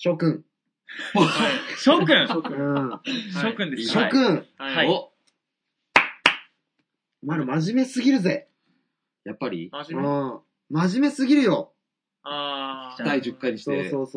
諸君。 諸君。 うん。 諸君です。 諸君。 はい。 お前ら真面目すぎるぜ。 やっぱり真面目すぎるよ。 第10回にして。 そう。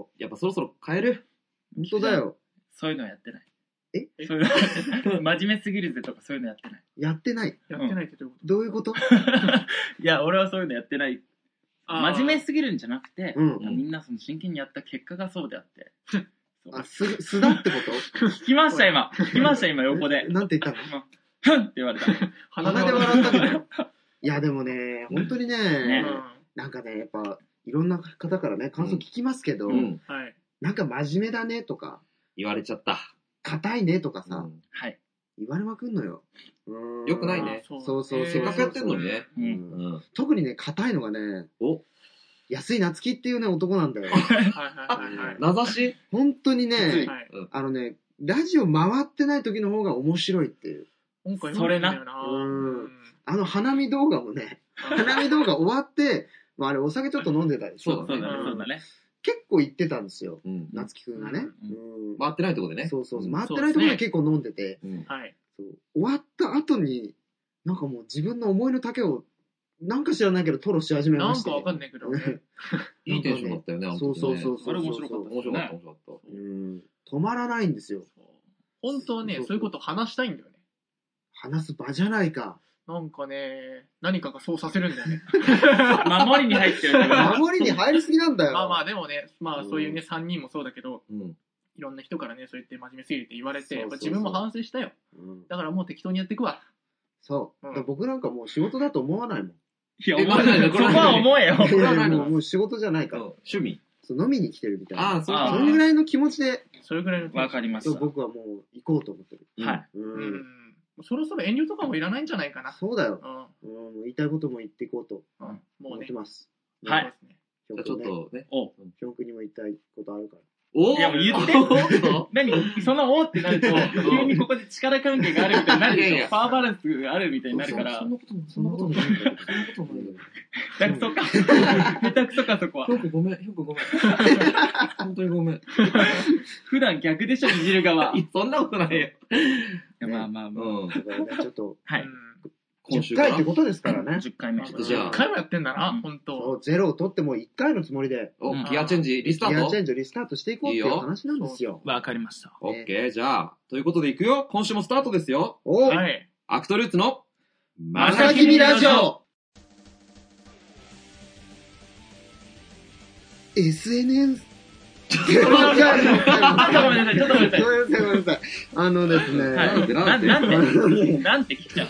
やっぱそろそろ変える。 本当だよ。 そういうのやってない。 そういうの真面目すぎるぜとかそういうのやってない。 やってない。 やってないってどういうこといや、俺はそういうのやってない。真面目すぎるんじゃなくて、みんなその真剣にやった結果がそうであって。 素だってこと聞きました今横で。 なんて言ったのふんって言われた。 鼻で笑ったけど。いやでもね、本当にね、なんかね、やっぱ、いろんな方からね、感想聞きますけど、なんか真面目だねとか、 言われちゃった。 硬いねとかさ、言われまくんのよ。 よくないね。 そう。せっかくやってんのにね。 特にね、硬いのがね、安井夏樹っていうね、男なんだよ。 名指し本当にね、ラジオ回ってない時の方が面白いっていう。 それな。 花見動画もね、花見動画終わって、あれお酒ちょっと飲んでたでしょ。 そうだね。 結構行ってたんですよ。夏樹くんがね。 回ってないとこでね。 そう。回ってないとこで結構飲んでて。終わった後に、なんかもう自分の思いの丈を、なんか知らないけど吐露し始めました。 なんかわかんないけどね。 いいテンションだったよね、 そう。 あれ面白かった。 面白かった。 止まらないんですよ。 本当はね、そういうこと話したいんだよね。 話す場じゃないか。 なんかね、何かがそうさせるんだよね。 守りに入ってる。 守りに入りすぎなんだよ。 まあでもね、そういうね、3人もそうだけど、いろんな人からね、そう言って真面目すぎるって言われて、やっぱ自分も反省したよ。だからもう適当にやっていくわ。 そう。僕なんかもう仕事だと思わないもん。 いや、思わない。そこは思えよ。 もう仕事じゃないから。 趣味飲みに来てるみたいな。 それぐらいの気持ちで。 それぐらいの気持ち。 わかりました。 僕はもう行こうと思ってる。 はい。 そろそろ遠慮とかもいらないんじゃないかな。 そうだよ。言いたいことも言っていこうと思ってます。 はい。 じゃあちょっとね。 ヒョン君にも言いたいことあるから。 いやもう言って。何そのおーってなると、急にここで力関係があるみたいになるでしょ。パワーバランスがあるみたいになるから。 そんなことない。 下手くそか。下手くそか、そこは。 ヒョン君ごめん。本当にごめん。 普段逆でしょ、いじる側。 そんなことないよ。 まあ。 ちょっと。 はい。 10回ってことですからね。 10回目。 じゃあ。 10回もやってんだな、ほんと。 ゼロを取っても1回のつもりで。 ギアチェンジ、リスタート。 ギアチェンジ、リスタートしていこうっていう話なんですよ。 わかりました。 オッケー、じゃあ、ということでいくよ。今週もスタートですよ。 はい。 アクトルーツの、 まさきみラジオ !SNS ちょっとごめんなさい。 ごめんなさい。ですね。 なんて聞いちゃう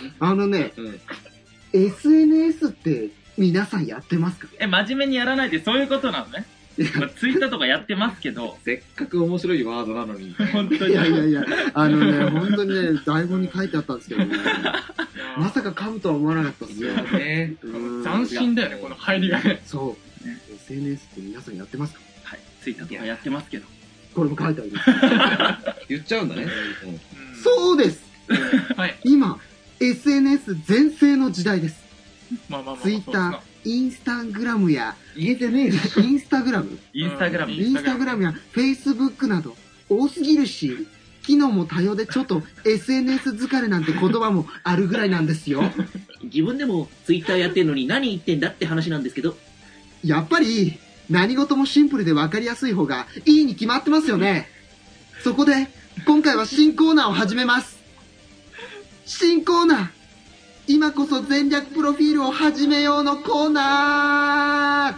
SNS って皆さんやってますか？ 真面目にやらないでそういうことなのね。ツイッターとかやってますけど。 せっかく面白いワードなのに。 本当に。 いや、本当にね、台本に書いてあったんですけどね。まさか噛むとは思わなかったですよね。斬新だよね、この入りがね。 そう。SNS って皆さんやってますか？ はい。ツイッターとかやってますけど。 これも書いてあります。 言っちゃうんだね。 そうです。 はい。 今、SNS 全盛の時代です。 ツイッター、インスタグラムや、 言えてねえし。 インスタグラムや、フェイスブックなど、多すぎるし、機能も多様でちょっと SNS 疲れなんて言葉もあるぐらいなんですよ。 自分でもツイッターやってるのに何言ってんだって話なんですけど。 やっぱり、何事もシンプルで分かりやすい方がいいに決まってますよね。そこで、今回は新コーナーを始めます。新コーナー、今こそ全略プロフィールを始めようのコーナ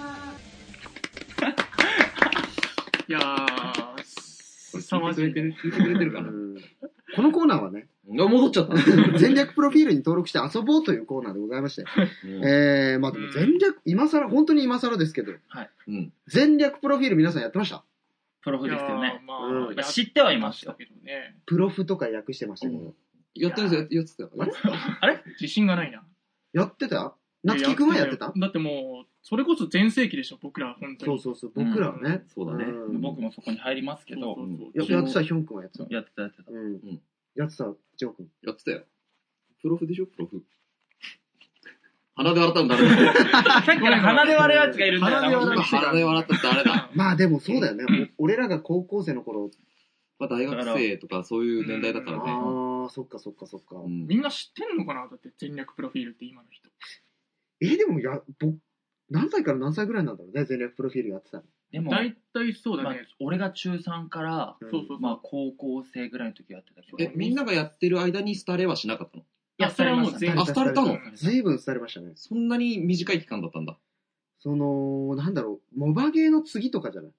ー。いやー、凄まじい。 聞いてくれてるかな。 このコーナーはね、 戻っちゃった。 全略プロフィールに登録して遊ぼうというコーナーでございまして。でも全略、本当に今更ですけど、全略プロフィール皆さんやってました？ プロフですよね。知ってはいましたけどね。 プロフとか訳してましたけど。 やってるやつだよ。 あれ自信がないな。 やってた？夏木くんはやってた？ だってもう、それこそ全盛期でしょ、僕ら、本当に。 そう、僕らはね。 そうだね。 僕もそこに入りますけど。 やってた、ヒョンくんはやってた。 やってた。 やってた、ジョーくん。 やってたよ。プロフでしょ、プロフ。 鼻で笑ったんだね。 さっきから鼻で笑うやつがいるんだよな。 今鼻で笑ったって誰だ。 まあでもそうだよね。俺らが高校生の頃。 まあ大学生とかそういう年代だからね。 ああ、そっか。 みんな知ってんのかなだって戦略プロフィールって今の人。 でも何歳から何歳ぐらいなんだろうね、戦略プロフィールやってたの。 でも、 大体そうだまあね。 俺が中3から、まあ高校生ぐらいの時やってたけど。 みんながやってる間に廃れはしなかったの？ いや、それはもう全員。 廃れたの？ 随分廃れましたね。 そんなに短い期間だったんだ。 なんだろう、モバゲーの次とかじゃない？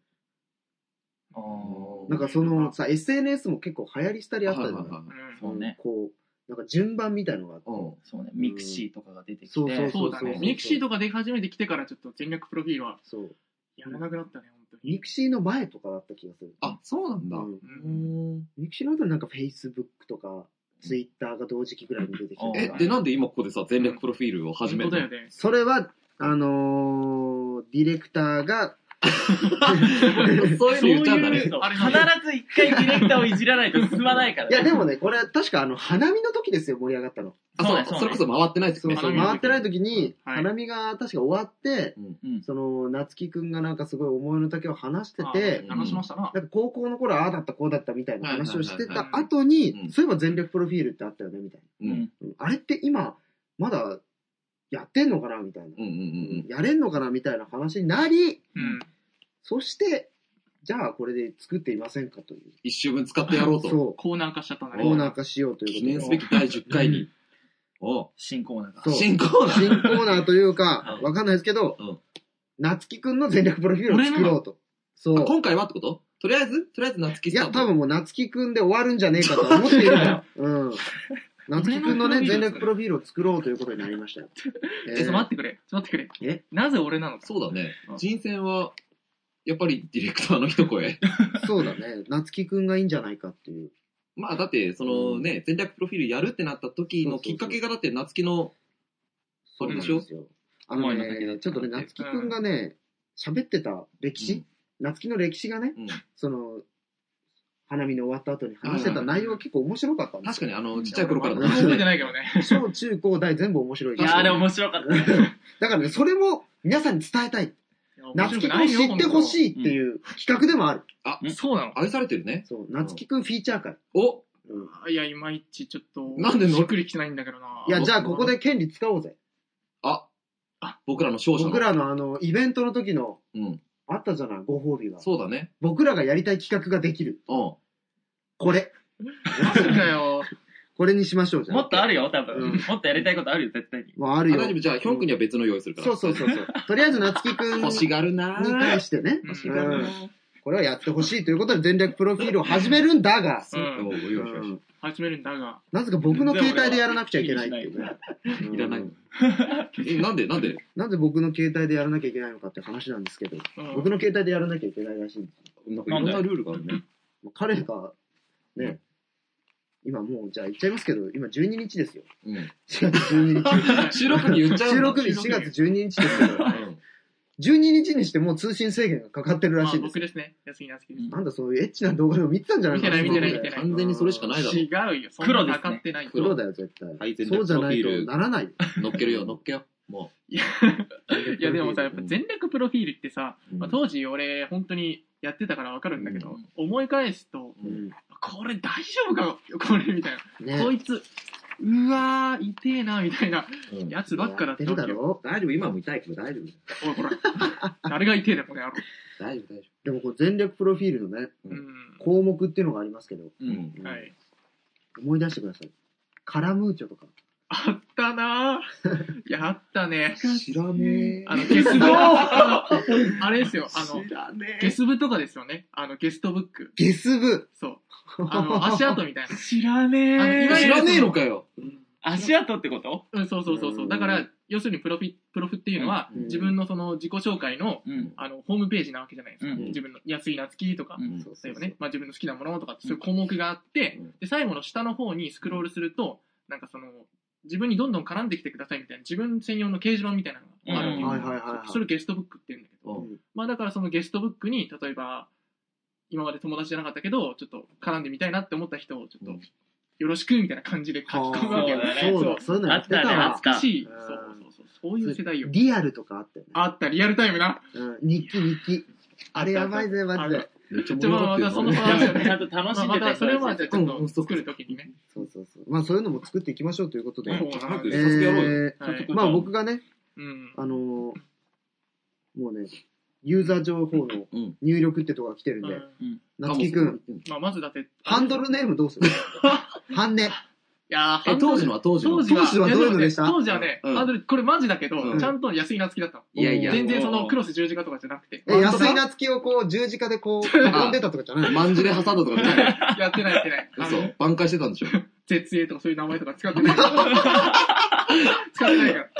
なんかさ、SNS も結構流行り廃りあったじゃない？ そうね。 こう、なんか順番みたいのがあって。 そうね。ミクシーとかが出てきて。 そうだね。ミクシーとか出始めてきてからちょっと戦略プロフィールはやらなくなったね、本当に。 ミクシーの前とかだった気がする。 あ、そうなんだ。 ミクシーの後になんか Facebook とか Twitter が同時期ぐらいに出てきて。 で、なんで今ここでさ、戦略プロフィールを始めるの？ それは、ディレクターが、 そういうの言っちゃうんだね。 必ず一回ディレクターをいじらないと進まないから。 いや、でもね、これ確か花見の時ですよ、盛り上がったの。 それこそ回ってないですね。 回ってない時に、花見が確か終わって、夏希くんがなんかすごい思いの丈を話してて、 話しましたな。 なんか高校の頃ああだったこうだったみたいな話をしてた後に、そういえば全力プロフィールってあったよね、みたいな。あれって今、まだやってんのかなみたいな。やれんのかなみたいな話になり、そして、じゃあこれで作っていませんかという。 一週分使ってやろうと。 そう。 コーナー化しちゃったんだね。 コーナー化しようということで。 記念すべき第10回に。 新コーナーが。 新コーナー新コーナーというか、わかんないですけど、夏希くんの全力プロフィールを作ろうと。そう。 今回はってこと？とりあえず夏希さん。 いや、多分もう夏希くんで終わるんじゃねえかと思っているから。夏希くんのね、全力プロフィールを作ろうということになりましたよ。 ちょっと待ってくれ。なぜ俺なのか。 そうだね。人選は、やっぱりディレクターの一声。 そうだね。夏希くんがいいんじゃないかっていう。 まあだって、戦略プロフィールやるってなった時のきっかけがだって夏希の、それでしょ？ちょっとね、夏希くんがね、喋ってた歴史、夏希の歴史がね、花見の終わった後に話してた内容が結構面白かったんですよ。 確かにちっちゃい頃から覚えてないけどね。 小中高大全部面白い。 いや、あれ面白かった。 だからね、それも皆さんに伝えたい。夏希くんを知ってほしいっていう企画でもある。 あ、そうなの？愛されてるね。 そう、夏希くんフィーチャー会。 いや、いまいちちょっと、 なんでしっくりきてないんだけどな。 いや、じゃあここで権利使おうぜ。 僕らの勝者の。 僕らのイベントの時の、あったじゃない、ご褒美が。 そうだね。 僕らがやりたい企画ができる。これ。 マジかよ。 これにしましょう、じゃあ。 もっとあるよ、多分。もっとやりたいことあるよ、絶対に。 あるよ。 大丈夫、じゃあ、ヒョン君には別の用意するから。 そう。とりあえず、夏希くん欲しがるなに対してね。 欲しがるなこれはやってほしいということで、全力プロフィールを始めるんだが。 始めるんだが。 なぜか僕の携帯でやらなくちゃいけないっていうね。 いらない。なんでなぜ僕の携帯でやらなきゃいけないのかって話なんですけど、僕の携帯でやらなきゃいけないらしいんですよ。 なんかいろんなルールがあるね。 彼が、ね、今もう、じゃあ言っちゃいますけど、今12日ですよ。4月12日。 収録に言っちゃう収録日4月12日ですけど、12日にしてもう通信制限がかかってるらしいんです。 僕ですね。安木なつきです。 なんだそういうエッチな動画でも見てたんじゃないかな。 見てない。 完全にそれしかないだろ。 違うよ。黒でかかってない。 黒だよ、絶対。そうじゃないとならない。 乗っけるよ、乗っけよ。もう。いやでもさ、やっぱ全力プロフィールってさ、当時俺本当にやってたからわかるんだけど、思い返すと、これ大丈夫かこれみたいな。こいつ、うわー、痛えな、みたいなやつばっかだったわけよ。 大丈夫、今も痛いけど大丈夫。 おい、ほら。誰が痛えだ、この野郎。 大丈夫。 でもこう全力プロフィールのね、項目っていうのがありますけど、思い出してください。カラムーチョとか。 あったなぁ。いや、あったね。 知らねえ。 ゲス部。あれですよ。ゲス部とかですよね。ゲストブック。 ゲス部。 そう。足跡みたいな。 知らねえ。知らねえのかよ。 足跡ってこと？ そう。だから、要するにプロフっていうのは、自分のその自己紹介の、ホームページなわけじゃないですか。自分の安井夏樹とか、そういうね、まあ自分の好きなものとか、そういう項目があって、で、最後の下の方にスクロールすると、なんかその、自分にどんどん絡んできてくださいみたいな、自分専用の掲示板みたいなのがあるわけよ。それゲストブックって言うんだけど、まあだからそのゲストブックに、例えば、今まで友達じゃなかったけど、ちょっと絡んでみたいなって思った人をちょっとよろしくみたいな感じで書き込むわけよ。 そういうのやってたわ。 懐かしい。そういう世代よ。 リアルとかあったよね。 あった、リアルタイムな。 日記。あれやばいぜ、マジで。 めっちゃ盛り上がってる。 その話をね、 ちゃんと楽しんでた。 またそれはじゃあちょっと作るときにね。 そう。まあそういうのも作っていきましょうということで。 まあ僕がね、もうね、ユーザー情報の入力ってとこが来てるんで、なつきくん。 まずだって、 ハンドルネームどうする？ハンネ。 いや当時はどういうのでした？ 当時はね、ハンドル、これマジだけど、ちゃんと安井なつきだったの。 いや全然そのクロス十字架とかじゃなくて。 安井なつきをこう十字架でこう、運んでたとかじゃない？ まんじで挟んだとかじゃない？ やってない。 嘘。挽回してたんでしょ？ 絶栄とかそういう名前とか使ってない。使ってないから。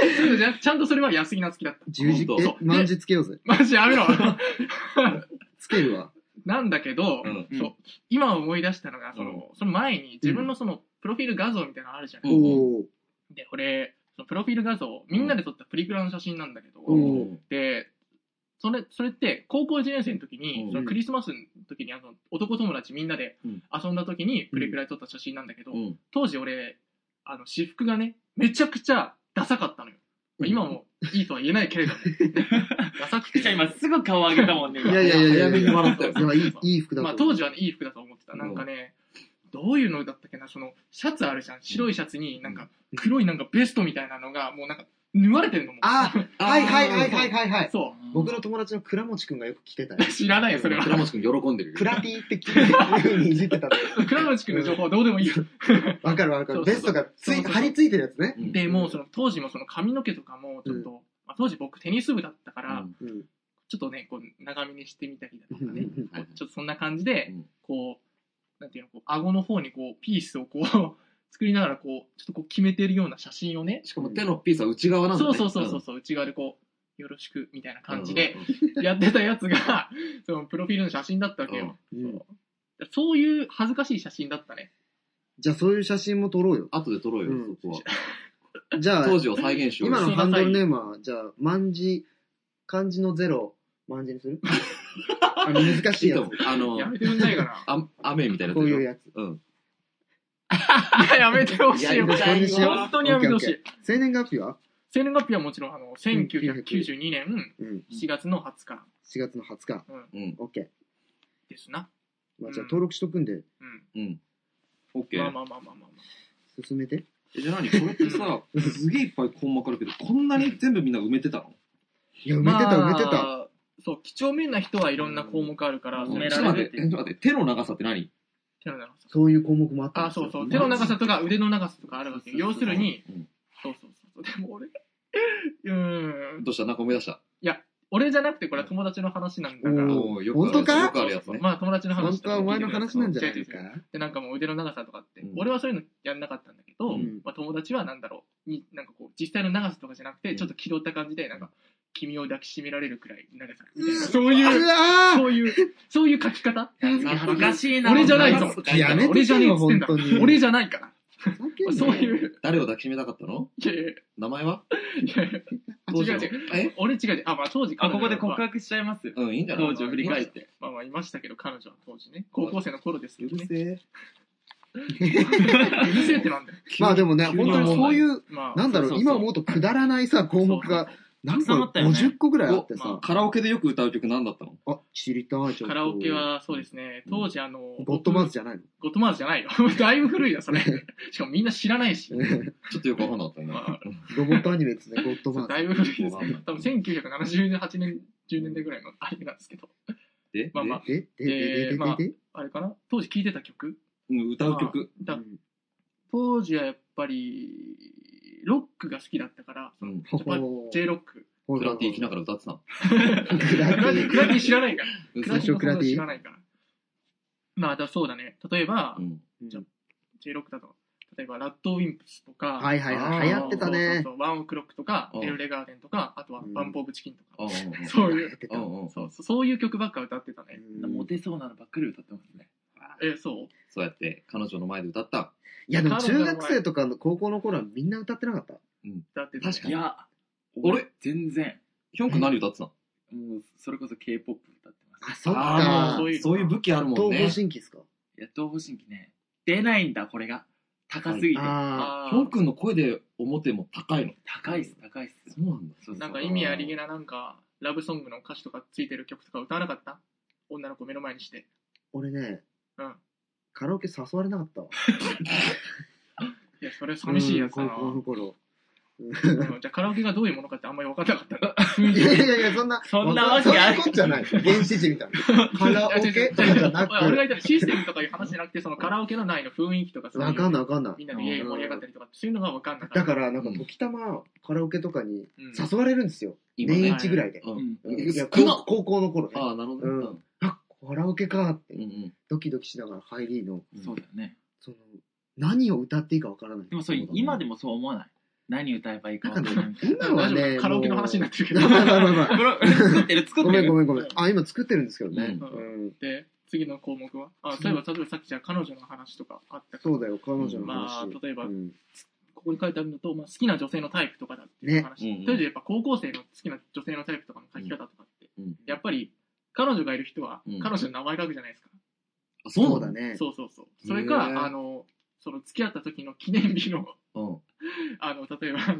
ちゃんとそれは安井なつきだった。 十字架まんじつけようぜ。 マジやめろ。 つけるわ。 なんだけど、今思い出したのが、その前に自分のその、プロフィール画像みたいなのあるじゃないで、俺、そのプロフィール画像、みんなで撮ったプリクラの写真なんだけど、で、それって、高校1年生の時に、そのクリスマスの時に男友達みんなで遊んだ時にプリクラで撮った写真なんだけど、当時俺、私服がね、めちゃくちゃダサかったのよ。今もいいとは言えないけれども。ダサくて。 今すぐ顔上げたもんね。 いや、 早めに笑ったよ。 いい服だと。 まあ当時はね、いい服だと思ってた。なんかね、どういうのだったっけな、その、シャツあるじゃん。白いシャツになんか、黒いなんかベストみたいなのが、もうなんか、縫われてるのも。 はい。 そう。 僕の友達の倉持くんがよく着てたよ。 知らないよ、それは。 倉持くん喜んでるよ。 クラティって着てる風にいじってたの。 倉持くんの情報はどうでもいいよ。 わかる。ベストが貼り付いてるやつね。 で、もうその、当時もその髪の毛とかも、ちょっと、当時僕テニス部だったから、ちょっとね、こう、長めにしてみたりだとかね。ちょっとそんな感じで、こう、なんていうの、こう、顎の方にこう、ピースをこう、作りながらこう、ちょっとこう決めてるような写真をね。 しかも手のピースは内側なんだね。 そう、内側でこう、よろしく、みたいな感じで、やってたやつが、その、プロフィールの写真だったわけよ。そういう恥ずかしい写真だったね。 じゃあそういう写真も撮ろうよ。 後で撮ろうよ、そこは。 じゃあ、 当時を再現しよう。 今のハンドルネームは、じゃあ、漢字の0、万字にする？難しいやつ。 やめてくんないかな。 雨みたいな。 こういうやつ。 やめてほしいよ。本当にやめてほしい。 生年月日はもちろん、1992年4月の20日。 4月の20日。OK。 ですな。 まあじゃあ登録しとくんで。 OK。 まあ。 進めて。 じゃあ何これってさ、すげえいっぱい項目あるけど、こんなに全部みんな埋めてたの？ いや、埋めてた。 そう、几帳面な人はいろんな項目あるから、 埋められる。ちょっと待って、手の長さって何？ 手の長さ。 そういう項目もあった。 そう。手の長さとか腕の長さとかあるわけよ。要するに、そう。でも俺、 どうした？なんか思い出した？ いや、俺じゃなくてこれは友達の話なんだから。 本当か？ まあ友達の話。 本当はお前の話なんじゃないか。 で、なんかもう腕の長さとかって、俺はそういうのやんなかったんだけど、まあ友達はなんだろう、なんかこう、実際の長さとかじゃなくて、ちょっと気取った感じで、なんか、君を抱きしめられるくらい長さみたいな。そういう書き方？ 恥ずかしいな。 俺じゃないぞ。 やめてよ、本当に。 俺じゃないから。そういう。 誰を抱きしめたかったの？ いや。 名前は？ 違う。俺違う。まあ当時。 ここで告白しちゃいますよ。 いいんじゃない？ 当時を振り返って。 まあいましたけど、彼女は当時ね。高校生の頃ですけどね。うるせえってなんだよ。 まあでもね、本当にそういう、なんだろう、今思うとくだらないさ、項目が、なんか50個ぐらいあってさ。 カラオケでよく歌う曲何だったの？ 知りたい。 カラオケはそうですね、当時ゴッドマーズじゃないの？ ゴッドマーズじゃないよ。だいぶ古いな、それ。しかもみんな知らないし。ちょっとよくわかんなかったね。 ロボットアニメですね、ゴッドマーズ。 だいぶ古いですね。多分1978年、10年代ぐらいのアニメなんですけど。あれかな？当時聴いてた曲？ 歌う曲。 当時はやっぱり、ロックが好きだったから、J ロック。 クラティー着ながら歌ってたの。 クラティー知らないから。クラティー知らないから。まあ、そうだね。例えば、J ロックだと、例えば、ラッドウィンプスとか、 流行ってたね。 ワンオクロックとか、エルレガーデンとか、あとはバンプオブチキンとか、そういう曲ばっか歌ってたね。 モテそうなのばっかり歌ってますね。 そうやって彼女の前で歌った。 いやでも中学生とか高校の頃はみんな歌ってなかった？ だって確かに。 いや、 俺全然。 ヒョン君何歌ってたの？ もうそれこそ K-POP 歌ってます。 そっか。 そういう武器あるもんね。 東方神起ですか？ いや、東方神起ね。出ないんだ、これが。 高すぎて。 ヒョン君の声で表も高いの。 高いっす。 そうなんだ。 なんか意味ありげななんか、ラブソングの歌詞とかついてる曲とか歌わなかった？女の子目の前にして。 俺ね、 うん。 カラオケ誘われなかったわ。 いや、それ寂しいやつだな。 この頃。 じゃあカラオケがどういうものかってあんまり分かんなかった。 いや、そんなわけある。 そういうことじゃない。原始人みたいな。カラオケとかじゃなく俺が言ったらシステムとかいう話じゃなくて、そのカラオケの内の雰囲気とかわかんない。 みんなで家盛り上がったりとか、そういうのが分かんなかった。 だから、なんか、時たまカラオケとかに誘われるんですよ。年一ぐらいで。いや高校の頃ね。 ああ、なるほど。 あ、カラオケかって、ドキドキしながら入りの。 そうだよね。 何を歌っていいかわからない。 でも今でもそう思わない？何歌えばいいか分からない。 今はね、 カラオケの話になってるけど。 作ってる。 ごめん。あ、今作ってるんですけどね。 で、次の項目は例えばさっきじゃあ彼女の話とかあったから。 そうだよ、彼女の話。 まあ、例えば、ここに書いてあるのと、好きな女性のタイプとかだっていう話。とりあえずやっぱ高校生の好きな女性のタイプとかの書き方とかって、やっぱり彼女がいる人は彼女の名前書くじゃないですか。 そうだね。 そう。それか、その付き合った時の記念日の、例えば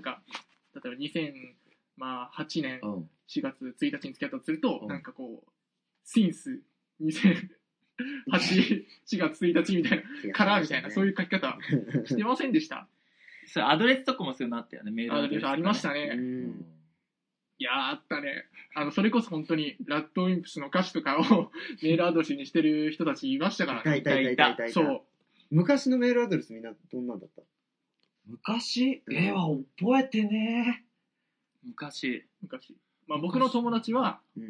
2008年4月1日に付き合ったとすると、なんかこう、since 2008 4月1日みたいな、からみたいな、そういう書き方してませんでした？ それアドレスとかもそういうのあったよね、メールアドレス。 ありましたね。いやー、あったね。それこそ本当に、ラッドウィンプスの歌詞とかをメールアドレスにしてる人たちいましたからね。 いた。 そう。 昔のメールアドレスみんなどんなんだった？ 昔は覚えてねー。昔。まあ僕の友達は、ラ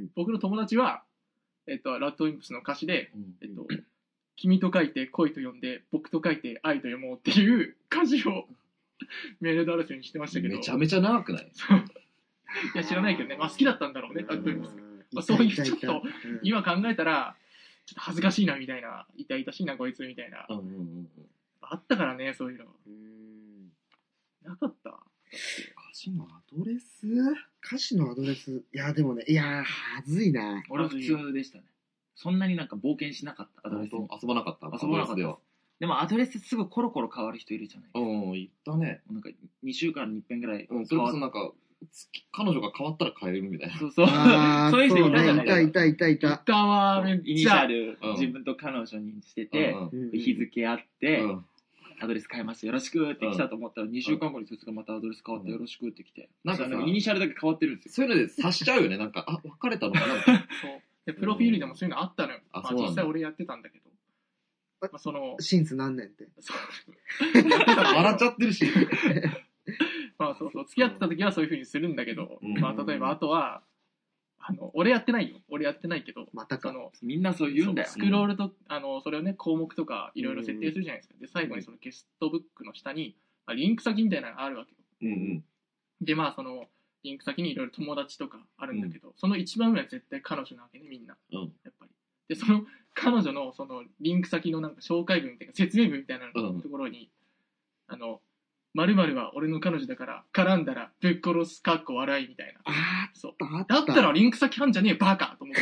ッドウィンプスの歌詞で、君と書いて恋と呼んで、僕と書いて愛と読もうっていう歌詞をメールアドレスにしてましたけど。 めちゃめちゃ長くない？ いや、知らないけどね。まあ好きだったんだろうね、ラッドウィンプス。まあそういうちょっと、今考えたら、ちょっと恥ずかしいなみたいな、痛々しいなこいつみたいな。あったからね、そういうの。なかった。 歌詞のアドレスいや、でもね、はずいな。 俺は普通でしたね。そんなになんか冒険しなかった、アドレス。 遊ばなかった。 でもアドレスすぐコロコロ変わる人いるじゃないですか。 言ったね。 なんか2週間に1遍ぐらい。 それこそなんか、彼女が変わったら変えるみたいな。 そう。そういう人いたじゃないですか。 いた。 いたわ、めっちゃ。 イニシャル、自分と彼女にしてて、日付あって、アドレス変えました。よろしくって来たと思ったら、2週間後にそいつがまたアドレス変わってよろしくって来て。なんかイニシャルだけ変わってるんですよ。 そういうので察しちゃうよね。なんか、あ、別れたのかなみたいな。そう。で、プロフィールでもそういうのあったのよ。 まあ、実際俺やってたんだけど。 シンス何年って。 笑っちゃってるし。 まあそう。付き合ってた時はそういう風にするんだけど、まあ例えばあとは、俺やってないけど、 またか。 みんなそう言うんだよ。 スクロールと、それをね、項目とかいろいろ設定するじゃないですか。で、最後にそのゲストブックの下に、リンク先みたいなのがあるわけよ。で、まあその、リンク先にいろいろ友達とかあるんだけど、その一番上は絶対彼女なわけね、みんな。やっぱり。で、その彼女のそのリンク先のなんか紹介文みたいな、説明文みたいなところに、〇〇は俺の彼女だから絡んだらぶっ殺すかっこ笑いみたいな。そう。だったらリンク先あんじゃねえバカと思って。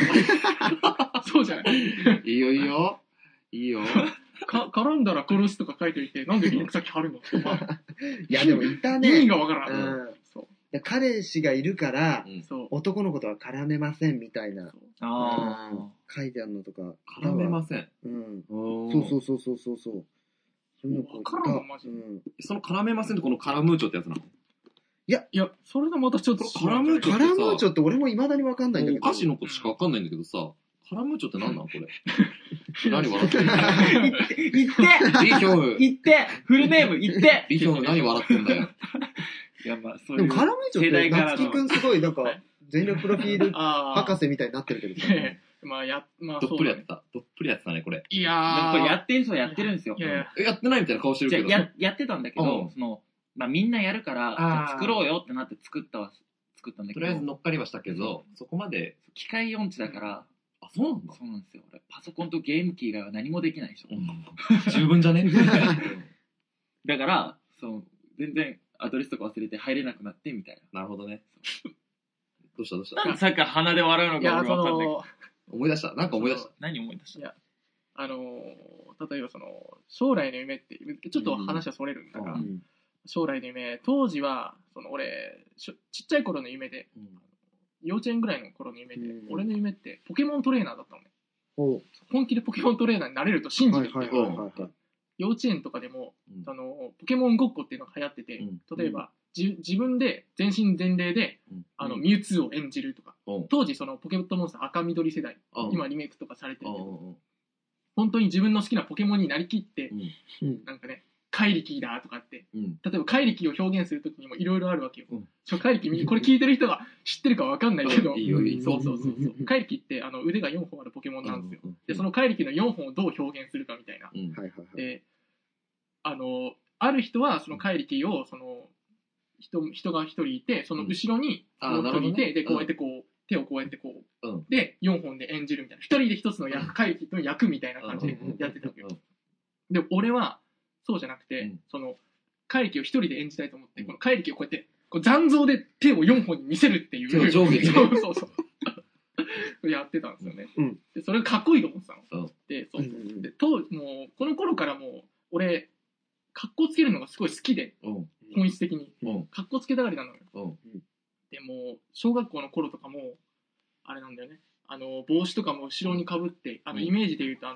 そうじゃない？ いいよ。 絡んだら殺すとか書いておいて、なんでリンク先貼るのっていやでもいたね。 意味がわからん。 彼氏がいるから、男の子とは絡めませんみたいな。書いてあるのとか。 絡めません。 そう。 わからんのマジで。 その絡めませんってこのカラムーチョってやつなの？ いや、それがまたちょっと。 カラムーチョって俺も未だにわかんないんだけど。 お菓子のことしかわかんないんだけどさ、カラムーチョって何なのこれ。何笑ってんの？ 言ってフルネーム言ってリヒョウ何笑ってんだよ。 いや、まあ、そういう。 でもカラムーチョって夏希くんすごいなんか、全力プロフィール博士みたいになってるけどさ。 まあ、 どっぷりやってたね、これ。 いやー。 これやってる人はやってるんですよ。 やってないみたいな顔してるけど。 やってたんだけど、まあみんなやるから、作ろうよってなって作ったんだけど。 とりあえず乗っかりはしたけど、そこまで。 機械音痴だから、 あ、そうなんだ。 そうなんですよ。俺、パソコンとゲーム機以外は何もできないでしょ。 十分じゃね？ だから、全然アドレスとか忘れて入れなくなってみたいな。なるほどね。どうしたなんかさっきから鼻で笑うのか俺わかんない。 思い出した。なんか思い出した。 何思い出した？いや、 例えば将来の夢って、ちょっと話はそれるんだが、将来の夢、当時は、俺、ちっちゃい頃の夢で、幼稚園ぐらいの頃の夢で、俺の夢ってポケモントレーナーだったのね。本気でポケモントレーナーになれると信じていて、幼稚園とかでも、ポケモンごっこっていうのが流行ってて、例えば、自分で全身全霊で、ミュウツーを演じるとか、当時ポケットモンスター赤緑世代、今リメイクとかされてるけど、本当に自分の好きなポケモンになりきって、なんかね、怪力だとかって、例えば怪力を表現するときにもいろいろあるわけよ。怪力、これ聞いてる人が知ってるかわかんないけど、そう怪力って腕が4本あるポケモンなんですよ。で、その怪力の4本をどう表現するかみたいな。で、ある人はその怪力を人が一人いて、その後ろにもう一人いて、で、こうやって手をこうやってで、4本で演じるみたいな。一人で一つの怪力の役みたいな感じでやってたわけよ。で、俺は、そうじゃなくて、怪力を一人で演じたいと思って、この怪力をこうやって、残像で手を4本に見せるっていう。 上下にね。 そうやってたんですよね。で、それがかっこいいと思ってたの。で、もう、この頃からもう、俺、かっこつけるのがすごい好きで、本質的に。かっこつけたがりなのよ。でも、小学校の頃とかも、あれなんだよね。帽子とかも後ろにかぶって、イメージで言うと、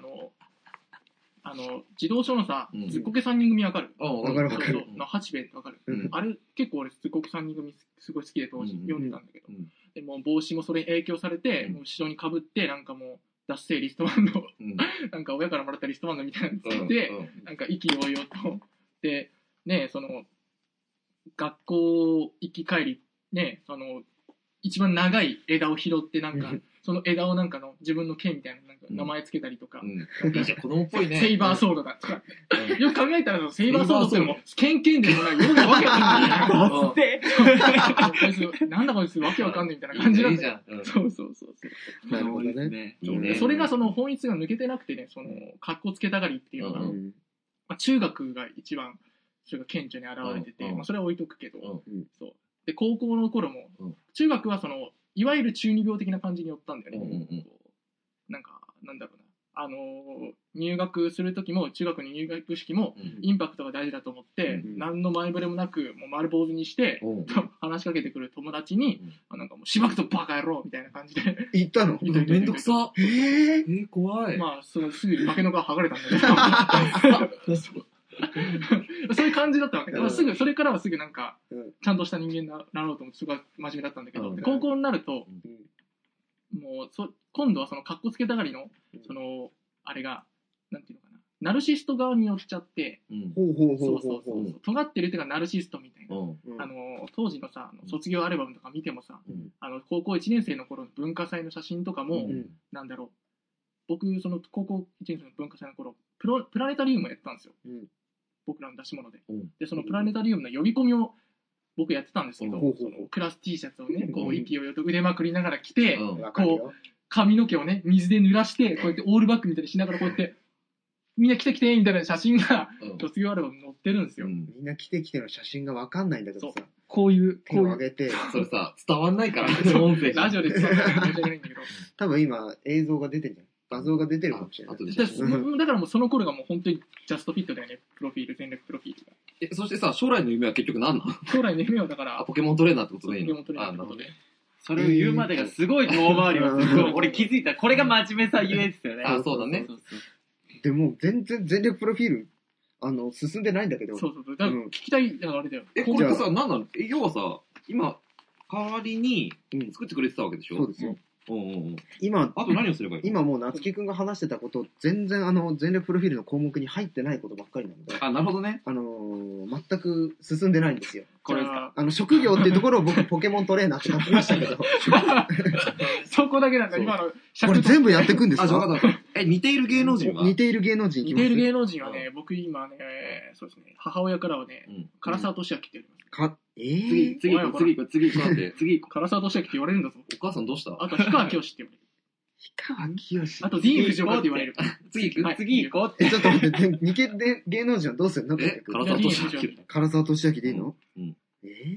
自動書のさ、ずっこけ3人組わかる？ わかるわかる。 八兵衛ってわかる？あれ、結構俺、ずっこけ3人組すごい好きで当時読んでたんだけど、でも帽子もそれに影響されて、もう後ろにかぶって、なんかもう、ダッセーリストバンド、なんか親からもらったリストバンドみたいなのつけて、なんか意気揚々と、で、ね、学校行き帰り、ね、一番長い枝を拾って、なんか、その枝をなんか自分の剣みたいな、なんか名前つけたりとか。 子供っぽいね。 セイバーソードだとか。よく考えたら、セイバーソードっても、ケンケンでもない、よくわけわかんない。なんだこいつ、わけわかんないみたいな感じなんだよ。そう。 なるほどね。 それが本質が抜けてなくてね、格好つけたがりっていうのが、中学が一番、それが顕著に現れてて、それは置いとくけど、そう。で、高校の頃も、中学はいわゆる中二病的な感じに寄ったんだよね。なんか、なんだろうな。入学するときも、中学に入学式も、インパクトが大事だと思って、何の前触れもなく、もう丸坊主にして、話しかけてくる友達に、なんかもう、しばくとバカ野郎みたいな感じで。 言ったの？ めんどくさ。怖い。 まあ、すぐ化けの皮剥がれたんだけど。そういう感じだったわけ。それからはすぐなんか、ちゃんとした人間になろうと思って、すごい真面目だったんだけど、高校になると、もう、今度はカッコつけたがりの、あれが、なんていうのかな、ナルシスト側に寄っちゃって、そう尖ってるっていうかナルシストみたいな。当時のさ、卒業アルバムとか見てもさ、高校1年生の頃の文化祭の写真とかも、なんだろう、僕、高校1年生の文化祭の頃、プラネタリウムやってたんですよ。僕らの出し物で。で、そのプラネタリウムの呼び込みを僕やってたんですけど、クラス T シャツをね、こう、勢いよと腕まくりながら着て、こう、髪の毛をね、水で濡らして、こうやってオールバックみたいにしながらこうやって、みんな来て来てみたいな写真が、卒業アルバムに載ってるんですよ。 みんな来て来ての写真がわかんないんだけどさ。 こういう、 手を上げて。 それさ、伝わんないから、 音声。ラジオで伝わんないから申し訳ないんだけど。 多分今、映像が出てるじゃん。画像が出てるかもしれない。 だからもうその頃がもう本当にジャストフィットだよね。プロフィール、戦略プロフィールが。 そしてさ、将来の夢は結局何なの？ 将来の夢はだから。 ポケモントレーナーってことでいいの？ ポケモントレーナーってことで。 それを言うまでがすごい遠回りをする。俺気づいた。これが真面目さゆえですよね。 そうだね。 でも全然全力プロフィール、進んでないんだけど。 そう。だから聞きたい、あれだよ。 これってさ、何なの？要はさ、今、代わりに作ってくれてたわけでしょ？ そうですよ。 今、あと何をすればいいの？ 今もう夏樹くんが話してたこと、全然全力プロフィールの項目に入ってないことばっかりなので。 なるほどね。 全く進んでないんですよ。 これか。 職業っていうところを僕ポケモントレーナーってなってましたけど。 そこだけなんだ、今の。 これ全部やってくんですか？ 似ている芸能人は？ 似ている芸能人似ている芸能人はね、僕今ね、そうですね、母親からはね、唐沢俊明って言われます。 次行こう。 唐沢俊明って言われるんだぞ。 お母さんどうした？ あと、氷川きよしって言われる。 氷川きよし。 あと、ディーン・フジオカって言われる。 次行こう。 ちょっと待って、似てる芸能人はどうするの？ 唐沢俊明。 唐沢俊明でいいの？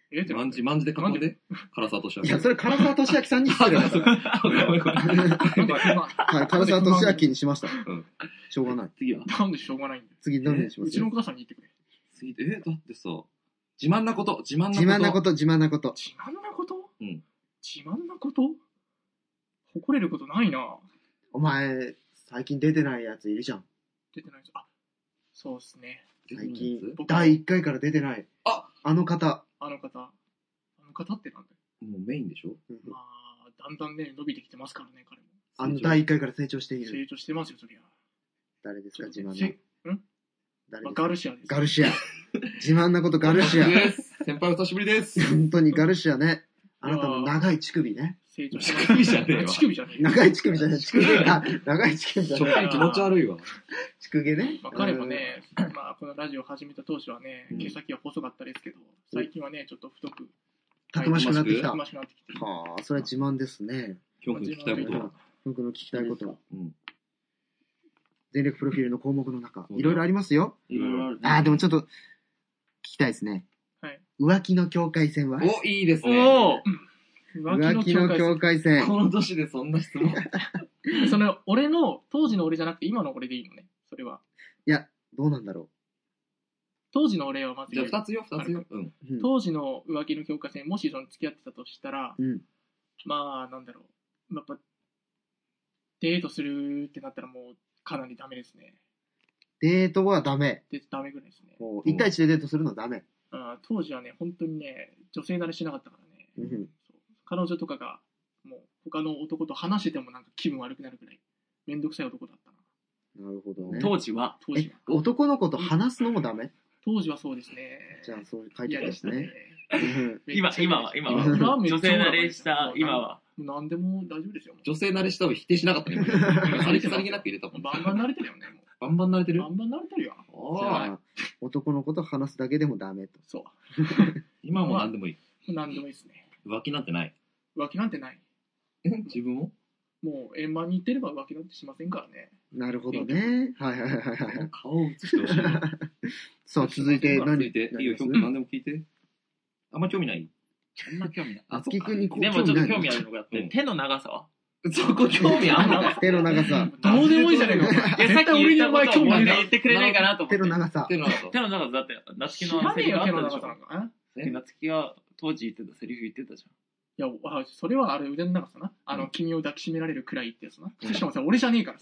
マンジで囲んで、唐沢俊明。 いや、それ唐沢俊明さんに失礼だから。 ごめん。 はい、唐沢俊明にしました。しょうがない。 次はなんでしょうがないんだよ。 次何にします？ うちのお母さんに言ってくれ。 だってさ、自慢なこと。 自慢なこと。 自慢なことうん。 自慢なこと？誇れることないな。 お前、最近出てないやついるじゃん。 出てないです。あ、そうっすね。 最近、第1回から出てない。あの方。 あの方ってなんだよ。 もうメインでしょ？ まあ、だんだんね、伸びてきてますからね、彼も。 あの第1回から成長している。 成長してますよ、そりゃ。 誰ですか、自慢の。 誰ですか？ガルシアです。 ガルシア。自慢なことガルシア。 先輩お久しぶりです。 本当にガルシアね。あなたの長い乳首ね。 成長してます。 乳首じゃねえわ。 乳首じゃねえ。 長い乳首じゃない。乳首が、長い乳首じゃない。 食感気持ち悪いわ。 乳首ね。 彼もね、まあ、このラジオ始めた当初はね、毛先は細かったですけど、最近はね、ちょっと太く。 たくましくなってきた。 たくましくなってきて。 はあ、それは自慢ですね。 ヒョン君聞きたいことは？ 僕の聞きたいことは。 うん全力プロフィールの項目の中、いろいろありますよ。 いろいろある。 ああ、でもちょっと、聞きたいですね。 はい。 浮気の境界線は？ お、いいですね。 浮気の境界線。 この年でそんな質問。 その、俺の、当時の俺じゃなくて今の俺でいいのね。それは。 いや、どうなんだろ当時の俺はまずじゃあ2つよ。うん。 う。 当時の浮気の境界線、もしその付き合ってたとしたら、 うん。 まあ、なんだろう。やっぱ、デートするってなったらもう、かなりダメですね。 デートはダメ。 デートダメぐらいですね。 1対1でデートするのダメ。 当時はね、本当にね、女性慣れしなかったからね。彼女とかが、もう、他の男と話しててもなんか気分悪くなるぐらい、めんどくさい男だったな。 なるほどね。 当時は男の子と話すのもダメ？ 当時はそうですね。 じゃあ、そう書いてましたね。 今は女性慣れした今は何でも大丈夫ですよ。 女性慣れしたを否定しなかったね。さりげなく入れたもん。 バンバン慣れてるよね。 バンバン慣れてる？ バンバン慣れてるよ。 じゃあ、男の子と話すだけでもダメと。 そう。 今も何でもいい。 何でもいいですね。 浮気なんてない。 浮気なんてない。 自分も？ もう円満に言ってれば浮気なんてしませんからね。 なるほどね。はい。 顔を映してほしい。 さあ、続いて何？ いいよ、ヒョン君何でも聞いて。あんま興味ない？ あんま興味ない。 あつきくんにでもちょっと興味あるのがあって、手の長さは？ そこ興味あんの？ 手の長さ。 どうでもいいじゃねえか。 さっき言ったことを言ってくれないかなと思って。 手の長さ。 手の長さだって、夏希のセリフあったでしょ。夏希が当時言ってたセリフ言ってたじゃん。 いや、それはあれ腕の長さな。君を抱きしめられるくらいってやつな。しかもさ、俺じゃねえから。